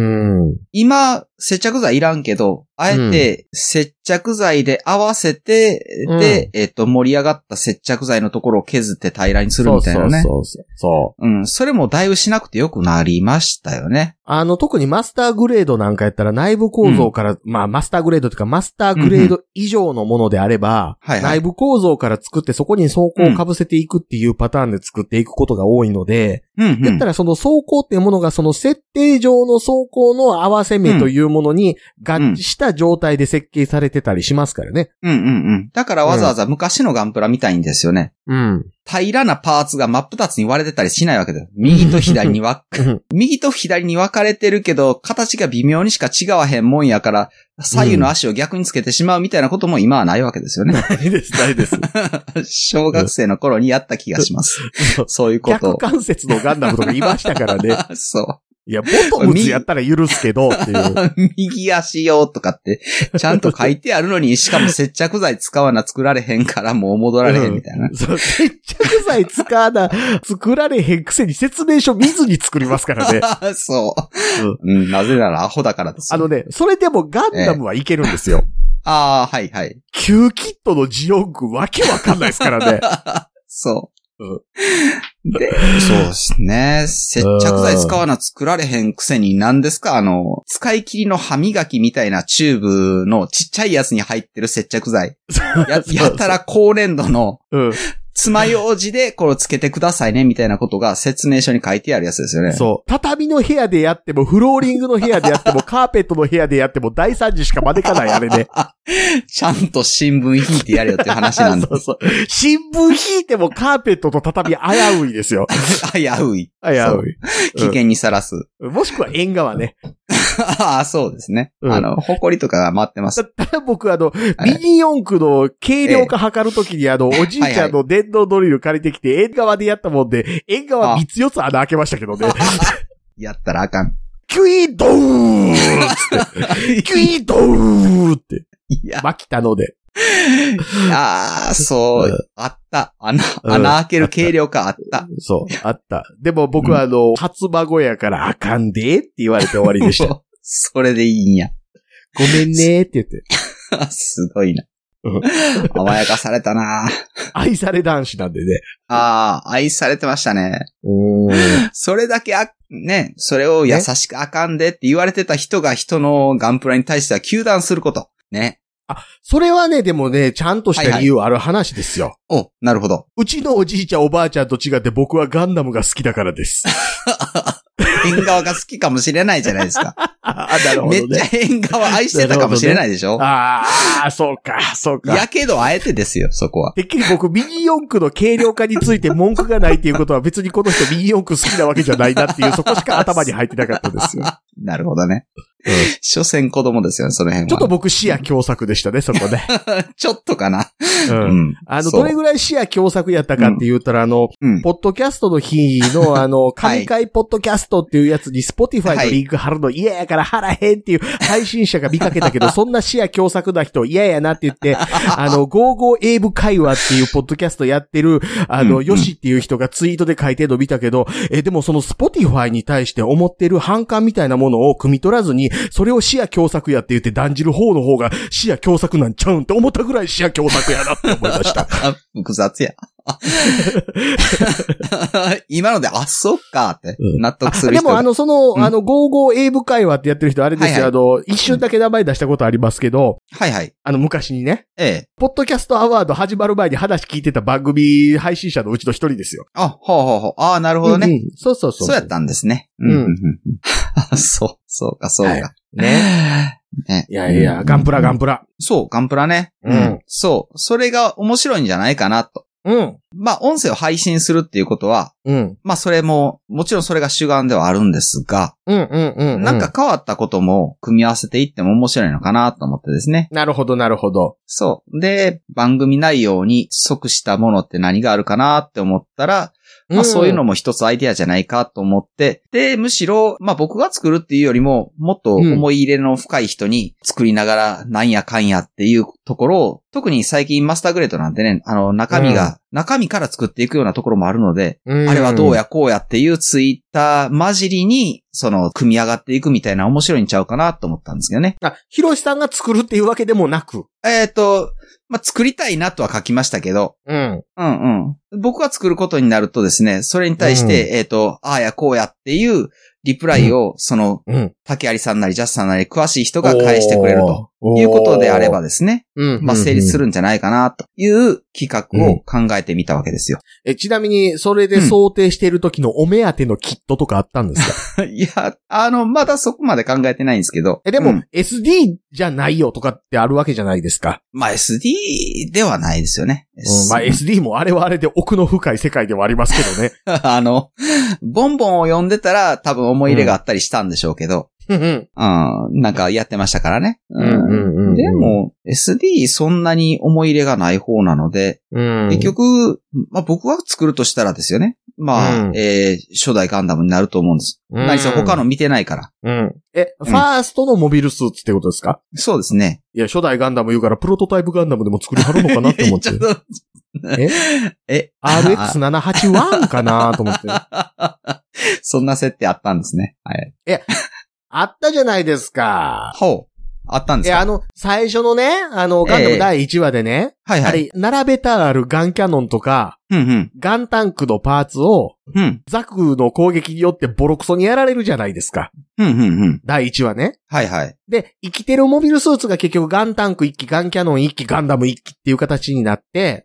今、接着剤いらんけど、あえて接着剤で合わせて、うん、で、えっと、盛り上がった接着剤のところを削って平らにするみたいなね。 そうそうそうそう。 うん、それもだいぶしなくてよくなりましたよね。 あの、特にマスターグレードなんかやったら内部構造から、うん、まあ、マスターグレードというか、マスターグレード以上のものであれば、うんうん、内部構造から作ってそこに装甲を被せていくっていうパターンで作っていくことが多いので、 うんうん、 言ったらその装甲っていうものがその設定上の装甲の合わせ目というものに合致した状態で設計されてたりしますからね。 うんうんうん。だからわざわざ昔のガンプラみたいんですよね。 うん。 平らなパーツが真っ二つに割れてたりしないわけだよ。右と左に分、右と左に分かれてるけど、形が微妙にしか違わへんもんやから、左右の足を逆につけてしまうみたいなことも今はないわけですよね。 ないです、ないです。 小学生の頃にやった気がします。そういうことを。 逆関節のガンダムとかいましたからね。 そう。 いや、ボトムズやったら許すけど、っていう。 右足用とかって、ちゃんと書いてあるのに、しかも接着剤使わな作られへんからもう戻られへんみたいな。 うん、そう、接着剤使わな、作られへんくせに説明書見ずに作りますからね。 そう、うんうん。なぜならアホだからですよ。 あのね、それでもガンダムはいけるんですよ。 ええ、ああ、はいはい。 旧キットのジオングわけわかんないですからね。 そう。うん、で、そうですね。接着剤使わな作られへんくせに何ですかあの、使い切りの歯磨きみたいなチューブのちっちゃいやつに入ってる接着剤。や、やったら高粘度の、うん爪楊枝でこれをつけてくださいねみたいなことが説明書に書いてあるやつですよね。 そう。畳の部屋でやっても、フローリングの部屋でやっても、カーペットの部屋でやっても、大惨事しか招かないあれね。 ちゃんと新聞引いてやれよっていう話なんで。 そうそう。新聞引いてもカーペットと畳危ういですよ。 危うい。 危うい。 危険にさらす。 もしくは縁側ね。 ああ、そうですね。うん、あの、埃とかが舞ってます。 ただ僕あの、ミニ四駆の軽量化測るときにあの、おじいちゃんの電動ドリル借りてきて、縁側でやったもんで、縁側みっつよつ穴開けましたけどね。 やったらあかん。 キュイードーンって。キュイードーンって。いや。巻きたので。 ああ、そう、うん、あった。穴、穴開ける軽量化あった。 そう、あった。でも僕はあの、うん、初孫やからあかんでって言われて終わりでした。 それでいいんや。 ごめんねって言って。 すごいな。甘やかされたな。 愛され男子なんでね。 ああ、愛されてましたね。それだけあ、ね、それを優しくあかんでって言われてた人が人のガンプラに対しては糾弾すること。ね。 あ、それはね、でもね、ちゃんとした理由ある話ですよ。 はいはい、お、なるほど。 うちのおじいちゃんおばあちゃんと違って僕はガンダムが好きだからです。 縁側が好きかもしれないじゃないですか。 あ、なるほどね。 めっちゃ縁側愛してたかもしれないでしょ、ね、 ああ、そうか、そうか。 やけどあえてですよ、そこは。 てっきり僕、ミニ四駆の軽量化について文句がないっていうことは別にこの人ミニ四駆好きなわけじゃないなっていう、そこしか頭に入ってなかったですよ。 なるほどね。うん。所詮子供ですよね、その辺は。 ちょっと僕視野狭窄でしたね、そこで。 ちょっとかな。 うん。うん、あの、どれぐらい視野狭窄やったかって言ったら、うん、あの、うん、ポッドキャストの日の、あの、神回ポッドキャストっていうやつに、スポティファイのリンク貼るの嫌やから貼らへんっていう配信者が見かけたけど、そんな視野狭窄な人嫌やなって言って、あの、ゴーゴー英語会話っていうポッドキャストやってる、あの、ヨシっていう人がツイートで書いてるの見たけど、え、でもそのスポティファイに対して思ってる反感みたいなものを汲み取らずに、それを視野狭窄やって言って断じる方の方が視野狭窄なんちゃうんって思ったぐらい視野狭窄やなって思いました。 複雑や。今ので、あ、そっかって、納得する人、 うん、でも、あの、その、うん、あの、ゴーゴー英語会話ってやってる人、あれですよ、はいはい、あの、一瞬だけ名前出したことありますけど、 はいはい。 あの、昔にね、 ええ。 ポッドキャストアワード始まる前に話聞いてた番組配信者のうちの一人ですよ。 あ、ほうほうほう。ああ、なるほどね、うんうん。 そうそうそう。 そうやったんですね。 うん。うん、 そう、そうか、そうか。はい、 ね。ね。いやいや、ガンプラガンプラ。 そう、ガンプラね。うん。そう。それが面白いんじゃないかなと。 うん。 まあ、音声を配信するっていうことは、 うん。 まあ、それも、もちろんそれが主眼ではあるんですが、 うんうんうん、うん。 なんか変わったことも組み合わせていっても面白いのかなと思ってですね。 なるほど、なるほど。 そう。で、番組内容に即したものって何があるかなって思ったら、まあそういうのも一つアイデアじゃないかと思って、で、むしろ、まあ僕が作るっていうよりも、もっと思い入れの深い人に作りながらなんやかんやっていうところを、特に最近マスターグレードなんてね、あの中身が、うん、中身から作っていくようなところもあるので、うん、あれはどうやこうやっていうツイッター混じりに、その、組み上がっていくみたいな面白いんちゃうかなと思ったんですけどね。 あ、ヒロシさんが作るっていうわけでもなく。 えっと、まあ、作りたいなとは書きましたけど。 うん。 うんうん。僕が作ることになるとですね、それに対して、うん、えっと、ああやこうやっていうリプライを、その、 うん、 竹有さんなりジャスさんなり詳しい人が返してくれるということであればですね、まあ成立するんじゃないかなという企画を考えてみたわけですよ。 うん、えちなみに、それで想定している時のお目当てのキットとかあったんですか？ いや、あの、まだそこまで考えてないんですけど。 え、でも、うん、エスディー じゃないよとかってあるわけじゃないですか。 まあ エスディー ではないですよね。 うん、まあ エスディー もあれはあれで奥の深い世界ではありますけどね。 あの、ボンボンを読んでたら多分思い入れがあったりしたんでしょうけど。うん、うん、なんかやってましたからね。うんうんうんうん、でも、エスディー そんなに思い入れがない方なので、うん、結局、まあ僕は作るとしたらですよね。まあ、うん、えー、初代ガンダムになると思うんです。うん、何せ他の見てないから。 うん。え、うん、ファーストのモビルスーツってことですか？ そうですね。 いや、初代ガンダム言うからプロトタイプガンダムでも作りはるのかなって思って。ええ アールエックスななはちワン かなと思って。 そんな設定あったんですね。はい。 え、あったじゃないですか。 ほう。あったんですか？ いや、あの、最初のね、あの、ガンダムだいいちわでね、えー、はいはい。あれ、並べたあるガンキャノンとか、うんうん、ガンタンクのパーツを、うん、ザクの攻撃によってボロクソにやられるじゃないですか。うんうんうん、だいいちわね。 はいはい。 で、生きてるモビルスーツが結局ガンタンクいっき、ガンキャノンいっき、ガンダムいっきっていう形になって、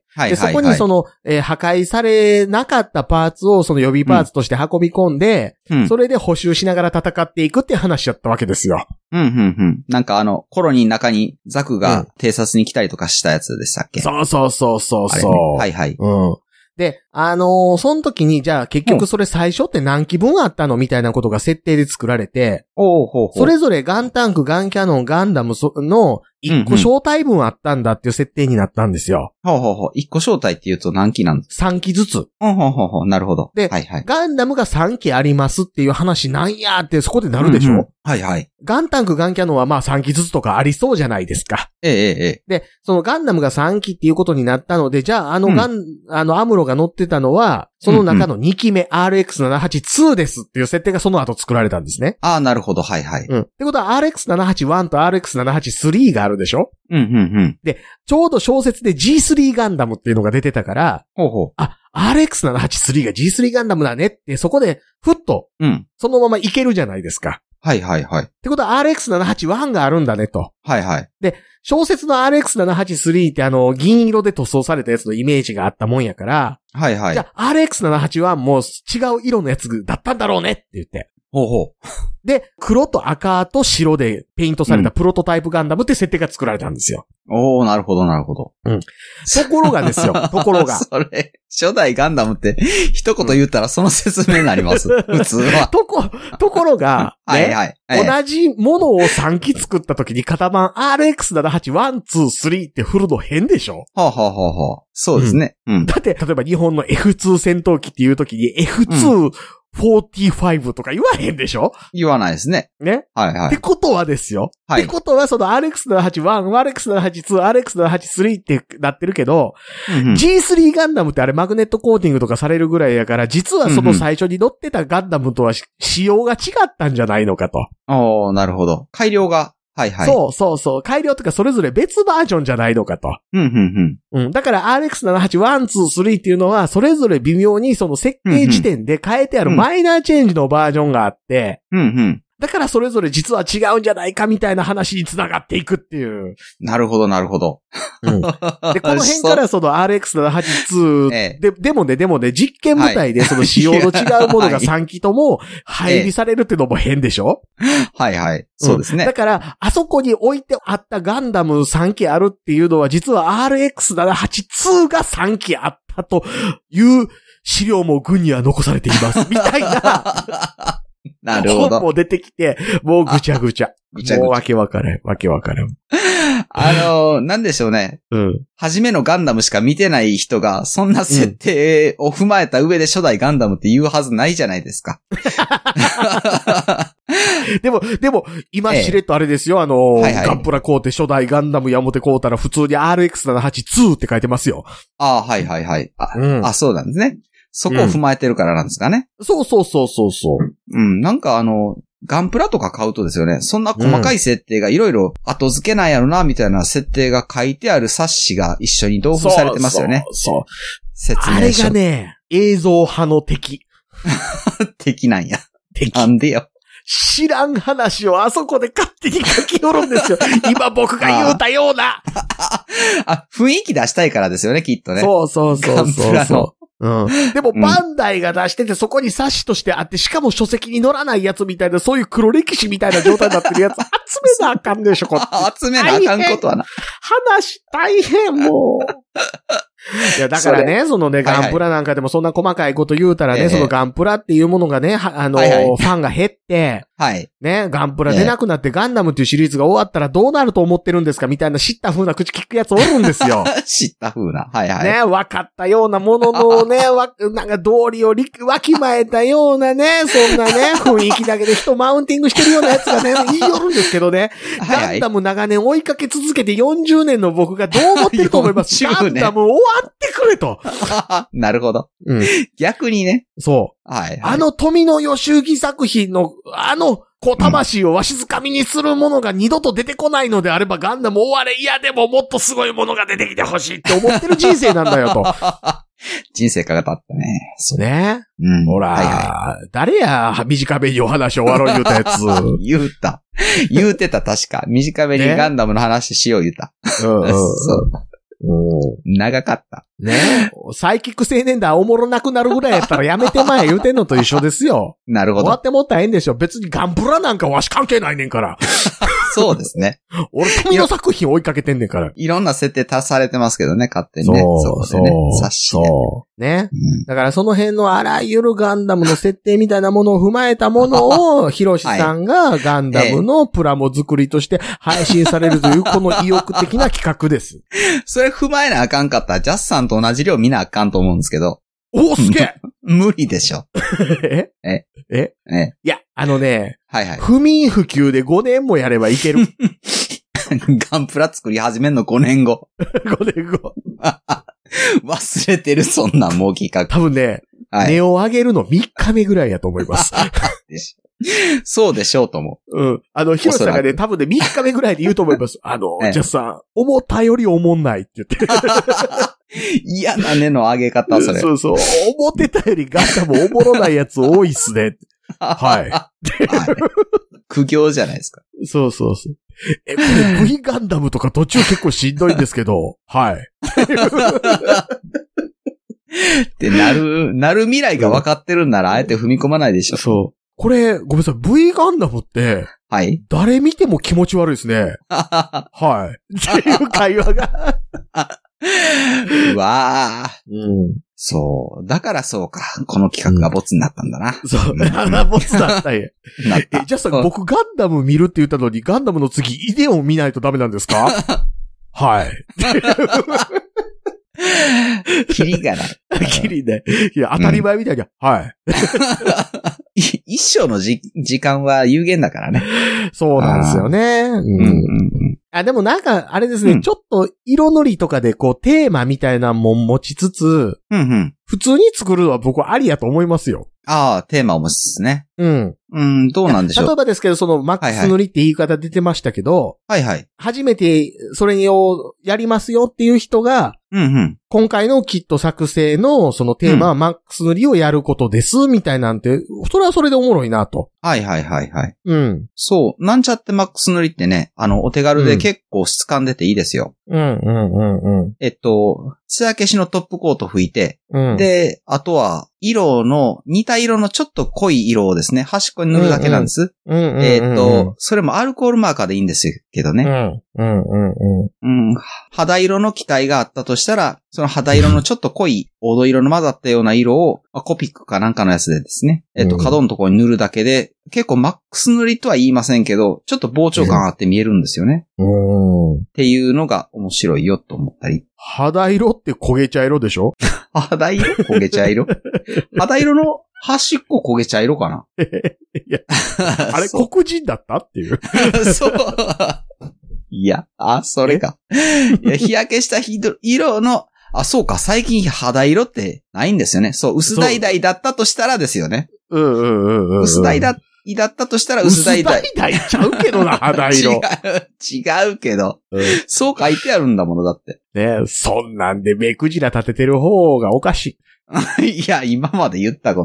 はいはいはい、で、そこにその、えー、破壊されなかったパーツをその予備パーツとして運び込んで、うん、それで補修しながら戦っていくっていう話だったわけですよ。 うんうんうん。なんかあの、コロニーの中にザクが偵察に来たりとかしたやつでしたっけ？ そうそうそうそうそう、ね。 はいはい。 うん。で、あのー、その時に、じゃあ結局それ最初って何機分あったのみたいなことが設定で作られて、 おうほうほう、 それぞれガンタンク、ガンキャノン、ガンダムの一個招待分あったんだっていう設定になったんですよ。 ほうほうほう。一個招待って言うと何機なんですか？さんきずつ。 ほうほうほうほう。なるほど。 で、はいはい、ガンダムがさんきありますっていう話なんやってそこでなるでしょ、うんうん、 はいはい。 ガンタンク、ガンキャノンはまあさんきずつとかありそうじゃないですか。 ええええ。 で、そのガンダムがさんきっていうことになったので、じゃああのガン、うん、あのアムロが乗ってたのは、その中のにきめ、うんうん、アールエックスななはちツー ですっていう設定がその後作られたんですね。 ああ、なるほど。はいはい。 うん。ってことは アールエックスななはちワン と アールエックスななはちスリー があるでしょ？ うんうんうん。 で、ちょうど小説で ジースリー ガンダムっていうのが出てたから、 ほうほう。 あ、アールエックスななはちスリー が ジースリー ガンダムだねって、そこで、ふっと、うん。そのままいけるじゃないですか。 はいはいはい。 ってことは アールエックスななはちワン があるんだねと。 はいはい。 で、小説の アールエックスななはちスリー ってあの、銀色で塗装されたやつのイメージがあったもんやから、 はいはい。 じゃあ アールエックスななはちワン も違う色のやつだったんだろうねって言って。 ほうほう。 で、黒と赤と白でペイントされたプロトタイプガンダムって設定が作られたんですよ。 おー、なるほどなるほど。 うん。ところがですよ、ところが。 それ、初代ガンダムって一言言ったらその説明になります。普通は。 とこ、ところが、 ね、はいはい、 はい。同じものをさんき作った時に型番 アールエックスななはちワン、ツー、スリーって振るの変でしょ？ はあ、はあははあ、そうですね、 うん。うん。だって、例えば日本の エフツー 戦闘機っていう時に エフツー、うんフォーティーファイブ とか言わへんでしょ？ 言わないですね。 ね。 はいはい。 ってことはですよ。 はい。 ってことはその アールエックスななはちワン、アールエックスななはちツー、アールエックスななはちスリー ってなってるけど、うんうん、ジースリー ガンダムってあれマグネットコーティングとかされるぐらいやから、実はその最初に乗ってたガンダムとは仕様が違ったんじゃないのかと。 おー、なるほど。改良が。はいはい。 そうそうそう。改良とかそれぞれ別バージョンじゃないのかと。 うんうんうん。うん。だから アールエックスななはちワン、ツー、スリー っていうのはそれぞれ微妙にその設計時点で変えてあるマイナーチェンジのバージョンがあって、 うんうん。だからそれぞれ実は違うんじゃないかみたいな話に繋がっていくっていう。 なるほどなるほど。 うん。で、この辺からその アールエックスななはちツー で、ええ、でもね、でもね、実験部隊でその仕様の違うものがさんきとも配備されるってのも変でしょ？ はいはい。そうですね、 うん。だから、あそこに置いてあったガンダムさんきあるっていうのは実は アールエックスななはちツー がさんきあったという資料も軍には残されています。みたいな。 なるほど。 本も出てきて、もうぐちゃぐちゃ。ぐちゃぐちゃ。もうわけわからん。わけわからん。 あのー、なんでしょうね。 うん。 初めのガンダムしか見てない人が、そんな設定を踏まえた上で初代ガンダムって言うはずないじゃないですか。 でも、でも、今しれっとあれですよ、あのーはいはい、ガンプラ買うて初代ガンダムやもて買うたら普通に アールエックスななはちツー って書いてますよ。 ああ、はいはいはい。あ、うん、あ、そうなんですね。そこを踏まえてるからなんですかね。 うん、そうそうそうそうそう。 うん、なんかあの、ガンプラとか買うとですよね、そんな細かい設定がいろいろ後付けなんやろな、みたいな設定が書いてある冊子が一緒に同封されてますよね。 そうそう。 説明書。 あれがね、映像派の敵。 敵なんや。 敵。 なんでよ。 知らん話をあそこで勝手に書き寄るんですよ。今僕が言うたような。 あ、雰囲気出したいからですよね、きっとね。 そうそうそうそうそう。うん。でも、 うん、 バンダイが出してて、そこに冊子としてあって、しかも書籍に載らないやつみたいな、そういう黒歴史みたいな状態になってるやつ、集めなあかんでしょ、こっち。 集めなあかんことはな。 話大変、もう。いや、だからね、そ, そのね、ガンプラなんかでもそんな細かいこと言うたらね、はいはい、そのガンプラっていうものがね、あの、はいはい、ファンが減って、はい。ね、ガンプラ出なくなってガンダムっていうシリーズが終わったらどうなると思ってるんですかみたいな知った風な口聞くやつおるんですよ。 知った風な。はいはい。 ね、分かったようなもののね、わ、なんか道理をわきまえたようなね、そんなね、雰囲気だけで人マウンティングしてるようなやつがね、言いよるんですけどね、はいはい、ガンダム長年追いかけ続けてよんじゅうねんの僕がどう思ってると思いますガンダム終わってくれと。 なるほど。うん。逆にね。 そう。はい、はい。あの富野義行作品の、あの、小魂をわしづかみにするものが二度と出てこないのであればガンダム終われ。いやでももっとすごいものが出てきてほしいって思ってる人生なんだよと。 人生かかったね。 そうね。 うん。 ほら、はいはい、誰や、短めにお話終わろう言うたやつ。 言うた。言うてた確か。短めにガンダムの話しよう言うた。うんうん、そう。長かった。 ねサイキック青年団おもろなくなるぐらいやったらやめてまえ言うてんのと一緒ですよ。 なるほど。 終わってもったらええんでしょ。別にガンプラなんかわし関係ないねんから。 そうですね。 俺富の作品追いかけてんねんから。 いろんな設定足されてますけどね、勝手にね。 そうそう。 ね、冊子で。 そう。ね、うん。だからその辺のあらゆるガンダムの設定みたいなものを踏まえたものを、ヒロシさんがガンダムのプラモ作りとして配信されるというこの意欲的な企画です。 それ踏まえなあかんかったら、ジャスさんと同じ量見なあかんと思うんですけど。 お、すげえ無理でしょ。 ええええいや、あのね、 はいはい。 不眠不休でごねんもやればいける。 ガンプラ作り始めんのごねんご。 ごねんご。 忘れてる、そんなんもう企画。 多分ね、はい、値を上げるのみっかめぐらいやと思います。 そうでしょうと思う。うん。あの、ヒロさんがね、多分ね、みっかめぐらいで言うと思います。あの、 ええ、 じゃあさ、思ったより思んないって言って。 嫌な値の上げ方、それ。 そうそう。思ってたよりガンダムおもろないやつ多いっすね。はい。はい。 苦行じゃないですか。 そうそうそう。え、これ V ガンダムとか途中結構しんどいんですけど、はい。 ってなる、なる未来が分かってるんならあえて踏み込まないでしょ。 そう。これ、ごめんなさい、V ガンダムって、 はい。 誰見ても気持ち悪いですね。はい。っていう会話が。 うわぁ。 うん。 そう。だからそうか。この企画がボツになったんだな。 うん、そう。あボツだったんや。 なった。 え、じゃあさ、僕ガンダム見るって言ったのに、ガンダムの次、イデオン見ないとダメなんですかはい。 キリがない。 キリね。いや、当たり前みたいな。うん、はい。 一生のじ時間は有限だからね。 そうなんですよね。うんうんうん、あ、でもなんか、あれですね、うん、ちょっと色塗りとかでこうテーマみたいなもん持ちつつ、 うんうん、 普通に作るのは僕はありやと思いますよ。 ああ、テーマを持ちつつね。 うん。 うん、どうなんでしょう。 例えばですけど、そのマックス塗りって言い方出てましたけど、 はいはい。 初めてそれをやりますよっていう人が、 うんうん、 今回のキット作成のそのテーマはマックス塗りをやることです、みたいなんて、それはそれでおもろいなと。 はいはいはいはい。 うん。 そう。なんちゃってマックス塗りってね、あの、お手軽で結構質感出ていいですよ。 うんうんうんうん。 えっと、艶消しのトップコート拭いて、 うん、 で、あとは、色の、似た色のちょっと濃い色をですね、端っこに塗るだけなんです。 うんうん、 えっと、それもアルコールマーカーでいいんですけどね。 うんうんうんうんうん、肌色の機体があったとしたら、その肌色のちょっと濃い黄土色の混ざったような色を、コピックかなんかのやつでですね、えっと、角のところに塗るだけで、結構マックス塗りとは言いませんけど、ちょっと膨張感あって見えるんですよね。 うん、 っていうのが面白いよと思ったり。 肌色って焦げ茶色でしょ？ 肌色焦げ茶色肌色の端っこ焦げ茶色かな。 いや、あれ黒人だったっていう。 そう。いや、あ、それか。いや、日焼けした色の、あ、そうか、最近肌色ってないんですよね。そう、薄橙だったとしたらですよね。 うんうんうんうん、うん。 薄橙だったとしたら薄橙。 薄橙ちゃうけどな、肌色。 違う、違うけど、うん。そう書いてあるんだもの、だって。 ねえ、そんなんで目くじら立ててる方がおかしい。いや、今まで言ったこと。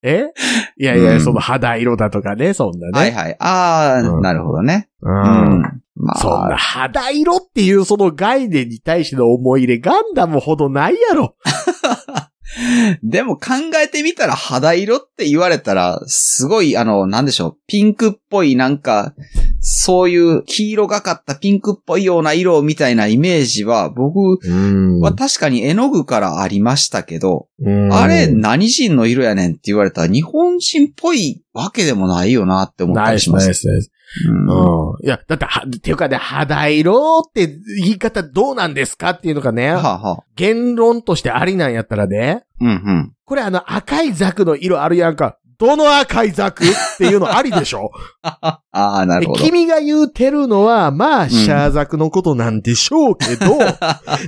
えいやいや、 うん、 その肌色だとかね、そんなね。 はいはい。ああ、うん、なるほどね。 うん。うん、 まあ、 そんな肌色っていうその概念に対しての思い入れ、ガンダムほどないやろ。 でも考えてみたら肌色って言われたら、すごい、あの、なんでしょう、ピンクっぽいなんか、そういう黄色がかったピンクっぽいような色みたいなイメージは、僕は確かに絵の具からありましたけど、あれ何人の色やねんって言われたら日本人っぽいわけでもないよなって思ったりします。 ナイスナイス。うんうん、いや、だって、は、っていうかね、肌色って言い方どうなんですかっていうのがね、はあはあ、言論としてありなんやったらね、 うんうん、 これあの赤いザクの色あるやんか。どの赤いザクっていうのありでしょああ、なるほど。 君が言うてるのは、まあ、シャーザクのことなんでしょうけど、うん、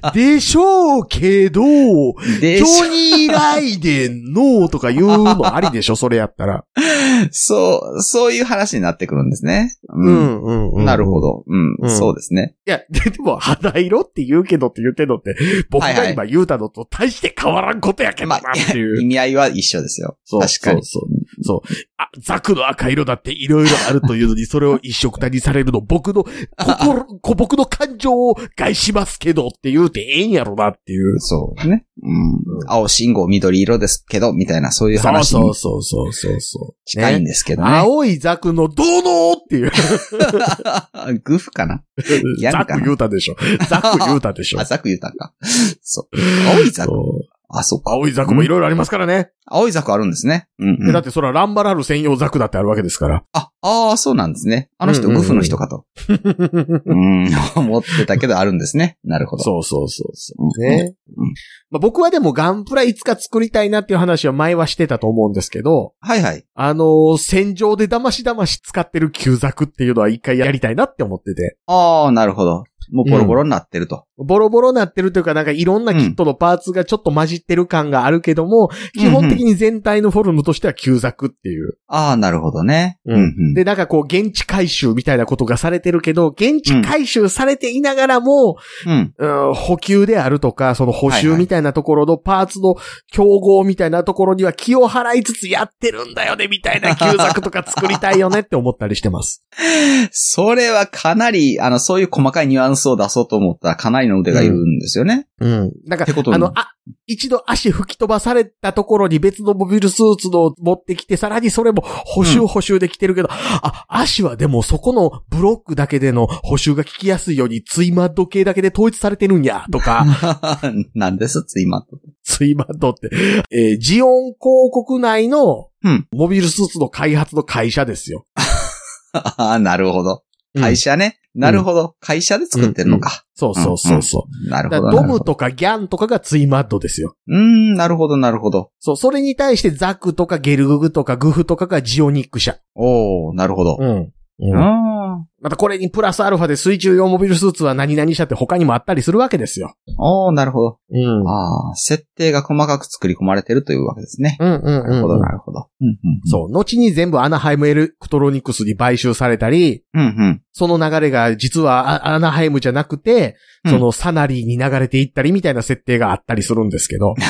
でしょうけど、ジョニー・ライデンのとか言うのありでしょそれやったら。 そう、そういう話になってくるんですね。うん、うん、うん。なるほど。うん、うん、そうですね。 いや、でも、肌色って言うけどって言ってんのって、僕が今言うたのと大して変わらんことやけどなっていう。 まあ、意味合いは一緒ですよ。そう確かに。 そうそう。そう。あ、ザクの赤色だっていろいろあるというのに、それを一緒くたにされるの、僕の、心、僕の感情を害しますけどって言うてええんやろなっていう。 そうね。うん。青信号緑色ですけど、みたいな、そういう話。 そうそうそうそうそう。 近いんですけどね。 ね青いザクのどうのっていう。 グフかなザク言うたでしょ。ザク言うたでしょ。 あ、ザク言うたか。そう。青いザク。あ、そっか。 青いザクもいろいろありますからね。 青いザクあるんですね。うんうん、 だってそれはランバラル専用ザクだってあるわけですから。 あ、ああ、そうなんですね。あの人、グフの人かと。うん、思ってたけどあるんですね。なるほど。 そうそうそうそう。ね。うんまあ、僕はでもガンプラいつか作りたいなっていう話は前はしてたと思うんですけど。 はいはい。 あのー、戦場で騙し騙し使ってる旧ザクっていうのは一回やりたいなって思ってて。 ああ、なるほど。もうボロボロになってると、 うん。ボロボロになってるというか、なんかいろんなキットのパーツがちょっと混じってる感があるけども、うん、基本的に全体のフォルムとしては旧ザクっていう。 ああ、なるほどね。 うんうん。で、なんかこう、現地回収みたいなことがされてるけど、現地回収されていながらも、うん、うん、補給であるとか、その補修みたいなところのパーツの競合みたいなところには気を払いつつやってるんだよね、みたいな旧ザクとか作りたいよねって思ったりしてます。 それはかなり、あの、そういう細かいニュアンスを出そうと思ったらかなりの腕がいるんですよね。 うん。うん、なんか、あの、あ、一度足吹き飛ばされたところに別のモビルスーツの持ってきて、さらにそれも補修補修できてるけど、うん、あ、足はでもそこのブロックだけでの補修が効きやすいようにツイマッド系だけで統一されてるんや、とか。 なんですツイマッドツイマッドって、えー、ジオン広告内のモビルスーツの開発の会社ですよ。 ああ、なるほど。会社ね。うん、なるほど。会社で作ってるのか。 うんうん、そうそうそうそう。 うんうん、なるほど。 ドムとかギャンとかがツイマッドですよ。 うーん、なるほど、なるほど。 そう、それに対してザクとかゲルググとかグフとかがジオニック社。 おー、なるほど。 うん。うん、あまたこれにプラスアルファで水中用モビルスーツは何々社って他にもあったりするわけですよ。 おー、なるほど。 うん。 ああ、設定が細かく作り込まれてるというわけですね。 うんうんうん、うん。 なるほど、なるほど。うんうんうん、 そう。後に全部アナハイムエレクトロニクスに買収されたり、 うんうん、 その流れが実はアナハイムじゃなくて、うん、そのサナリーに流れていったりみたいな設定があったりするんですけど。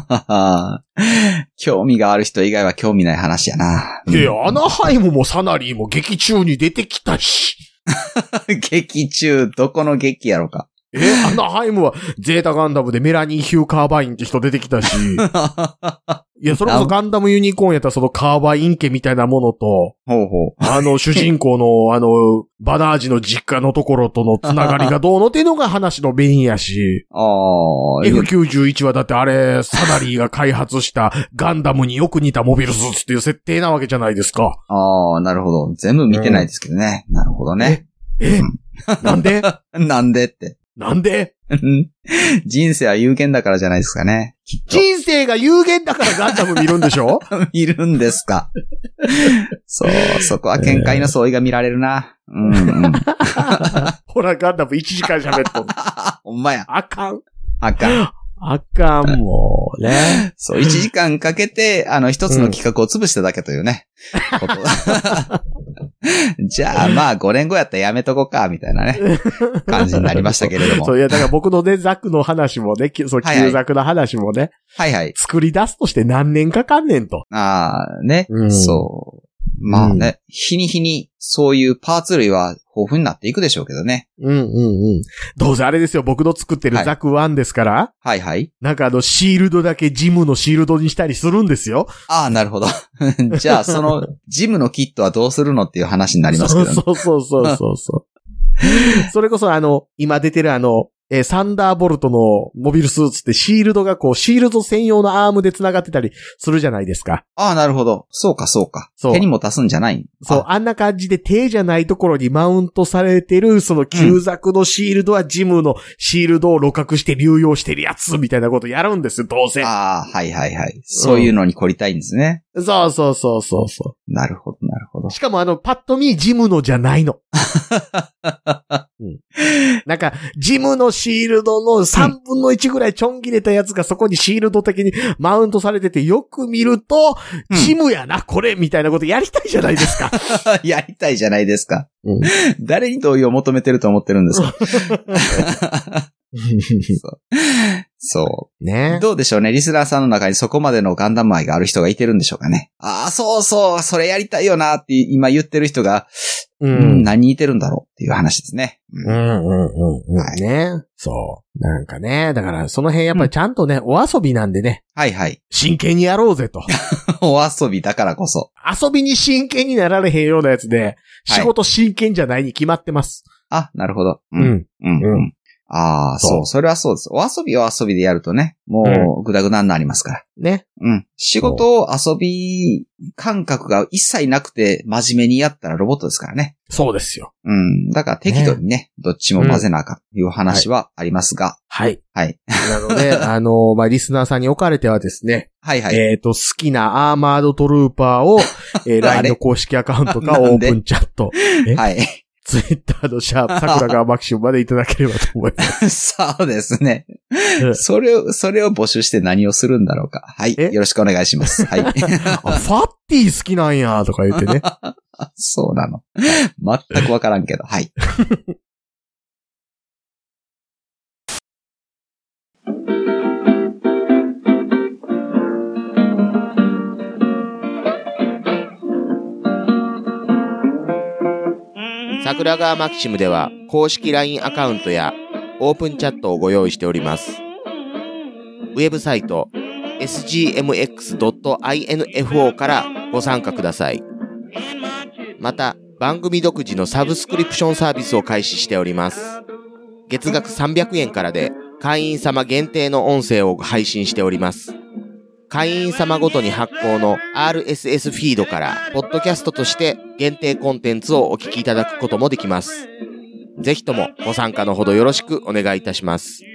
興味がある人以外は興味ない話やな。 いや、アナハイムもサナリーも劇中に出てきたし。 劇中、どこの劇やろか。 え、アナハイムはゼータガンダムでメラニー・ヒュー・カーバインって人出てきたし。いや、それこそガンダムユニコーンやったらそのカーバイン家みたいなものと、 ほうほうあの主人公のあの、バナージの実家のところとのつながりがどうのっていうのが話のメインやし。 ああ。 エフきゅうじゅういち はだってあれ、サナリーが開発したガンダムによく似たモビルスーツっていう設定なわけじゃないですか。 ああ、なるほど。全部見てないですけどね。うん、なるほどね。 え、えなんでなんでって。 なんで人生は有限だからじゃないですかね。 人生が有限だからガンダム見るんでしょ見るんですか。そう、そこは見解の相違が見られるな。うんうん、 ほら、ガンダムいちじかん喋っとる。 ほんまや。 あかん。 あかん。 あかん、もうね。 そう、いちじかんかけて、あの、一つの企画を潰しただけというね。うん、ことじゃあまあごねんごやったらやめとこうか、みたいなね、感じになりましたけれども。 そう、いや、だから僕のね、ザクの話もね、そう、旧ザクの話もね、 はいはい。 作り出すとして何年かかんねんと。 ああ、ね、うん、そう。まあね、うん、日に日にそういうパーツ類は豊富になっていくでしょうけどね。 うんうんうん。どうせあれですよ、僕の作ってるザクワンですから。 はいはい。 なんかあの、シールドだけジムのシールドにしたりするんですよ。 ああ、なるほど。じゃあ、その、ジムのキットはどうするのっていう話になりますけどね。 そうそうそうそうそう。それこそあの、今出てるあの、えー、サンダーボルトのモビルスーツってシールドがこう、シールド専用のアームで繋がってたりするじゃないですか。 ああ、なるほど。そうか、そうか。そう。手にも足すんじゃないそう、あんな感じで手じゃないところにマウントされてる、その旧ザクのシールドはジムのシールドを露獲して流用してるやつみたいなことやるんですよ、どうせ。 ああ、はいはいはい。そういうのに凝りたいんですね。 うん、そうそうそうそうそう。 なるほど、なるほど。 しかもあの、パッと見ジムのじゃないの。うん、なんか、ジムのシールドのさんぶんのいちぐらいちょん切れたやつがそこにシールド的にマウントされてて、よく見ると、うん、ジムやな、これみたいなことやりたいじゃないですか。 やりたいじゃないですか。 うん、 誰に同意を求めてると思ってるんですか。そう。そう。 ね。 どうでしょうね。リスナーさんの中にそこまでのガンダム愛がある人がいてるんでしょうかね。ああ、そうそう、それやりたいよなって今言ってる人が、うん、うん、何にいてるんだろうっていう話ですね。 うん、うん、うん、うん。はい、ね。そう。なんかね、だからその辺やっぱりちゃんとね、うん、お遊びなんでね。 はいはい。 真剣にやろうぜと。 お遊びだからこそ。 遊びに真剣になられへんようなやつで、仕事真剣じゃないに決まってます。 はい、あ、なるほど。 うん。うん。 うん。うんああ、そう、それはそうです。お遊びを遊びでやるとね、もうグダグダになりますから。 ね。 うん。仕事を遊び感覚が一切なくて真面目にやったらロボットですからね。 そうですよ。 うん。だから適度にね、ねどっちも混ぜなあかんという話はありますが。 はい。 はい。 なので、あの、まあ、リスナーさんにおかれてはですね。 はいはい。 えっと、好きなアーマードトルーパーを、えー、ライン の公式アカウントかオープンチャット。 はい。 ツイッターのシャープ、桜川マキシムまでいただければと思います。 そうですね。それを、それを募集して何をするんだろうか。はい。よろしくお願いします。はい。あ、ファッティ好きなんや、とか言ってね。 そうなの。全くわからんけど。はい。 桜川マキシムでは公式 ライン アカウントやオープンチャットをご用意しております。ウェブサイト エスジーエムエックスドットアイエヌエフオー からご参加ください。また番組独自のサブスクリプションサービスを開始しております。月額さんびゃくえんからで会員様限定の音声を配信しております。会員様ごとに発行の アールエスエス フィードからポッドキャストとして限定コンテンツをお聞きいただくこともできます。ぜひともご参加のほどよろしくお願いいたします。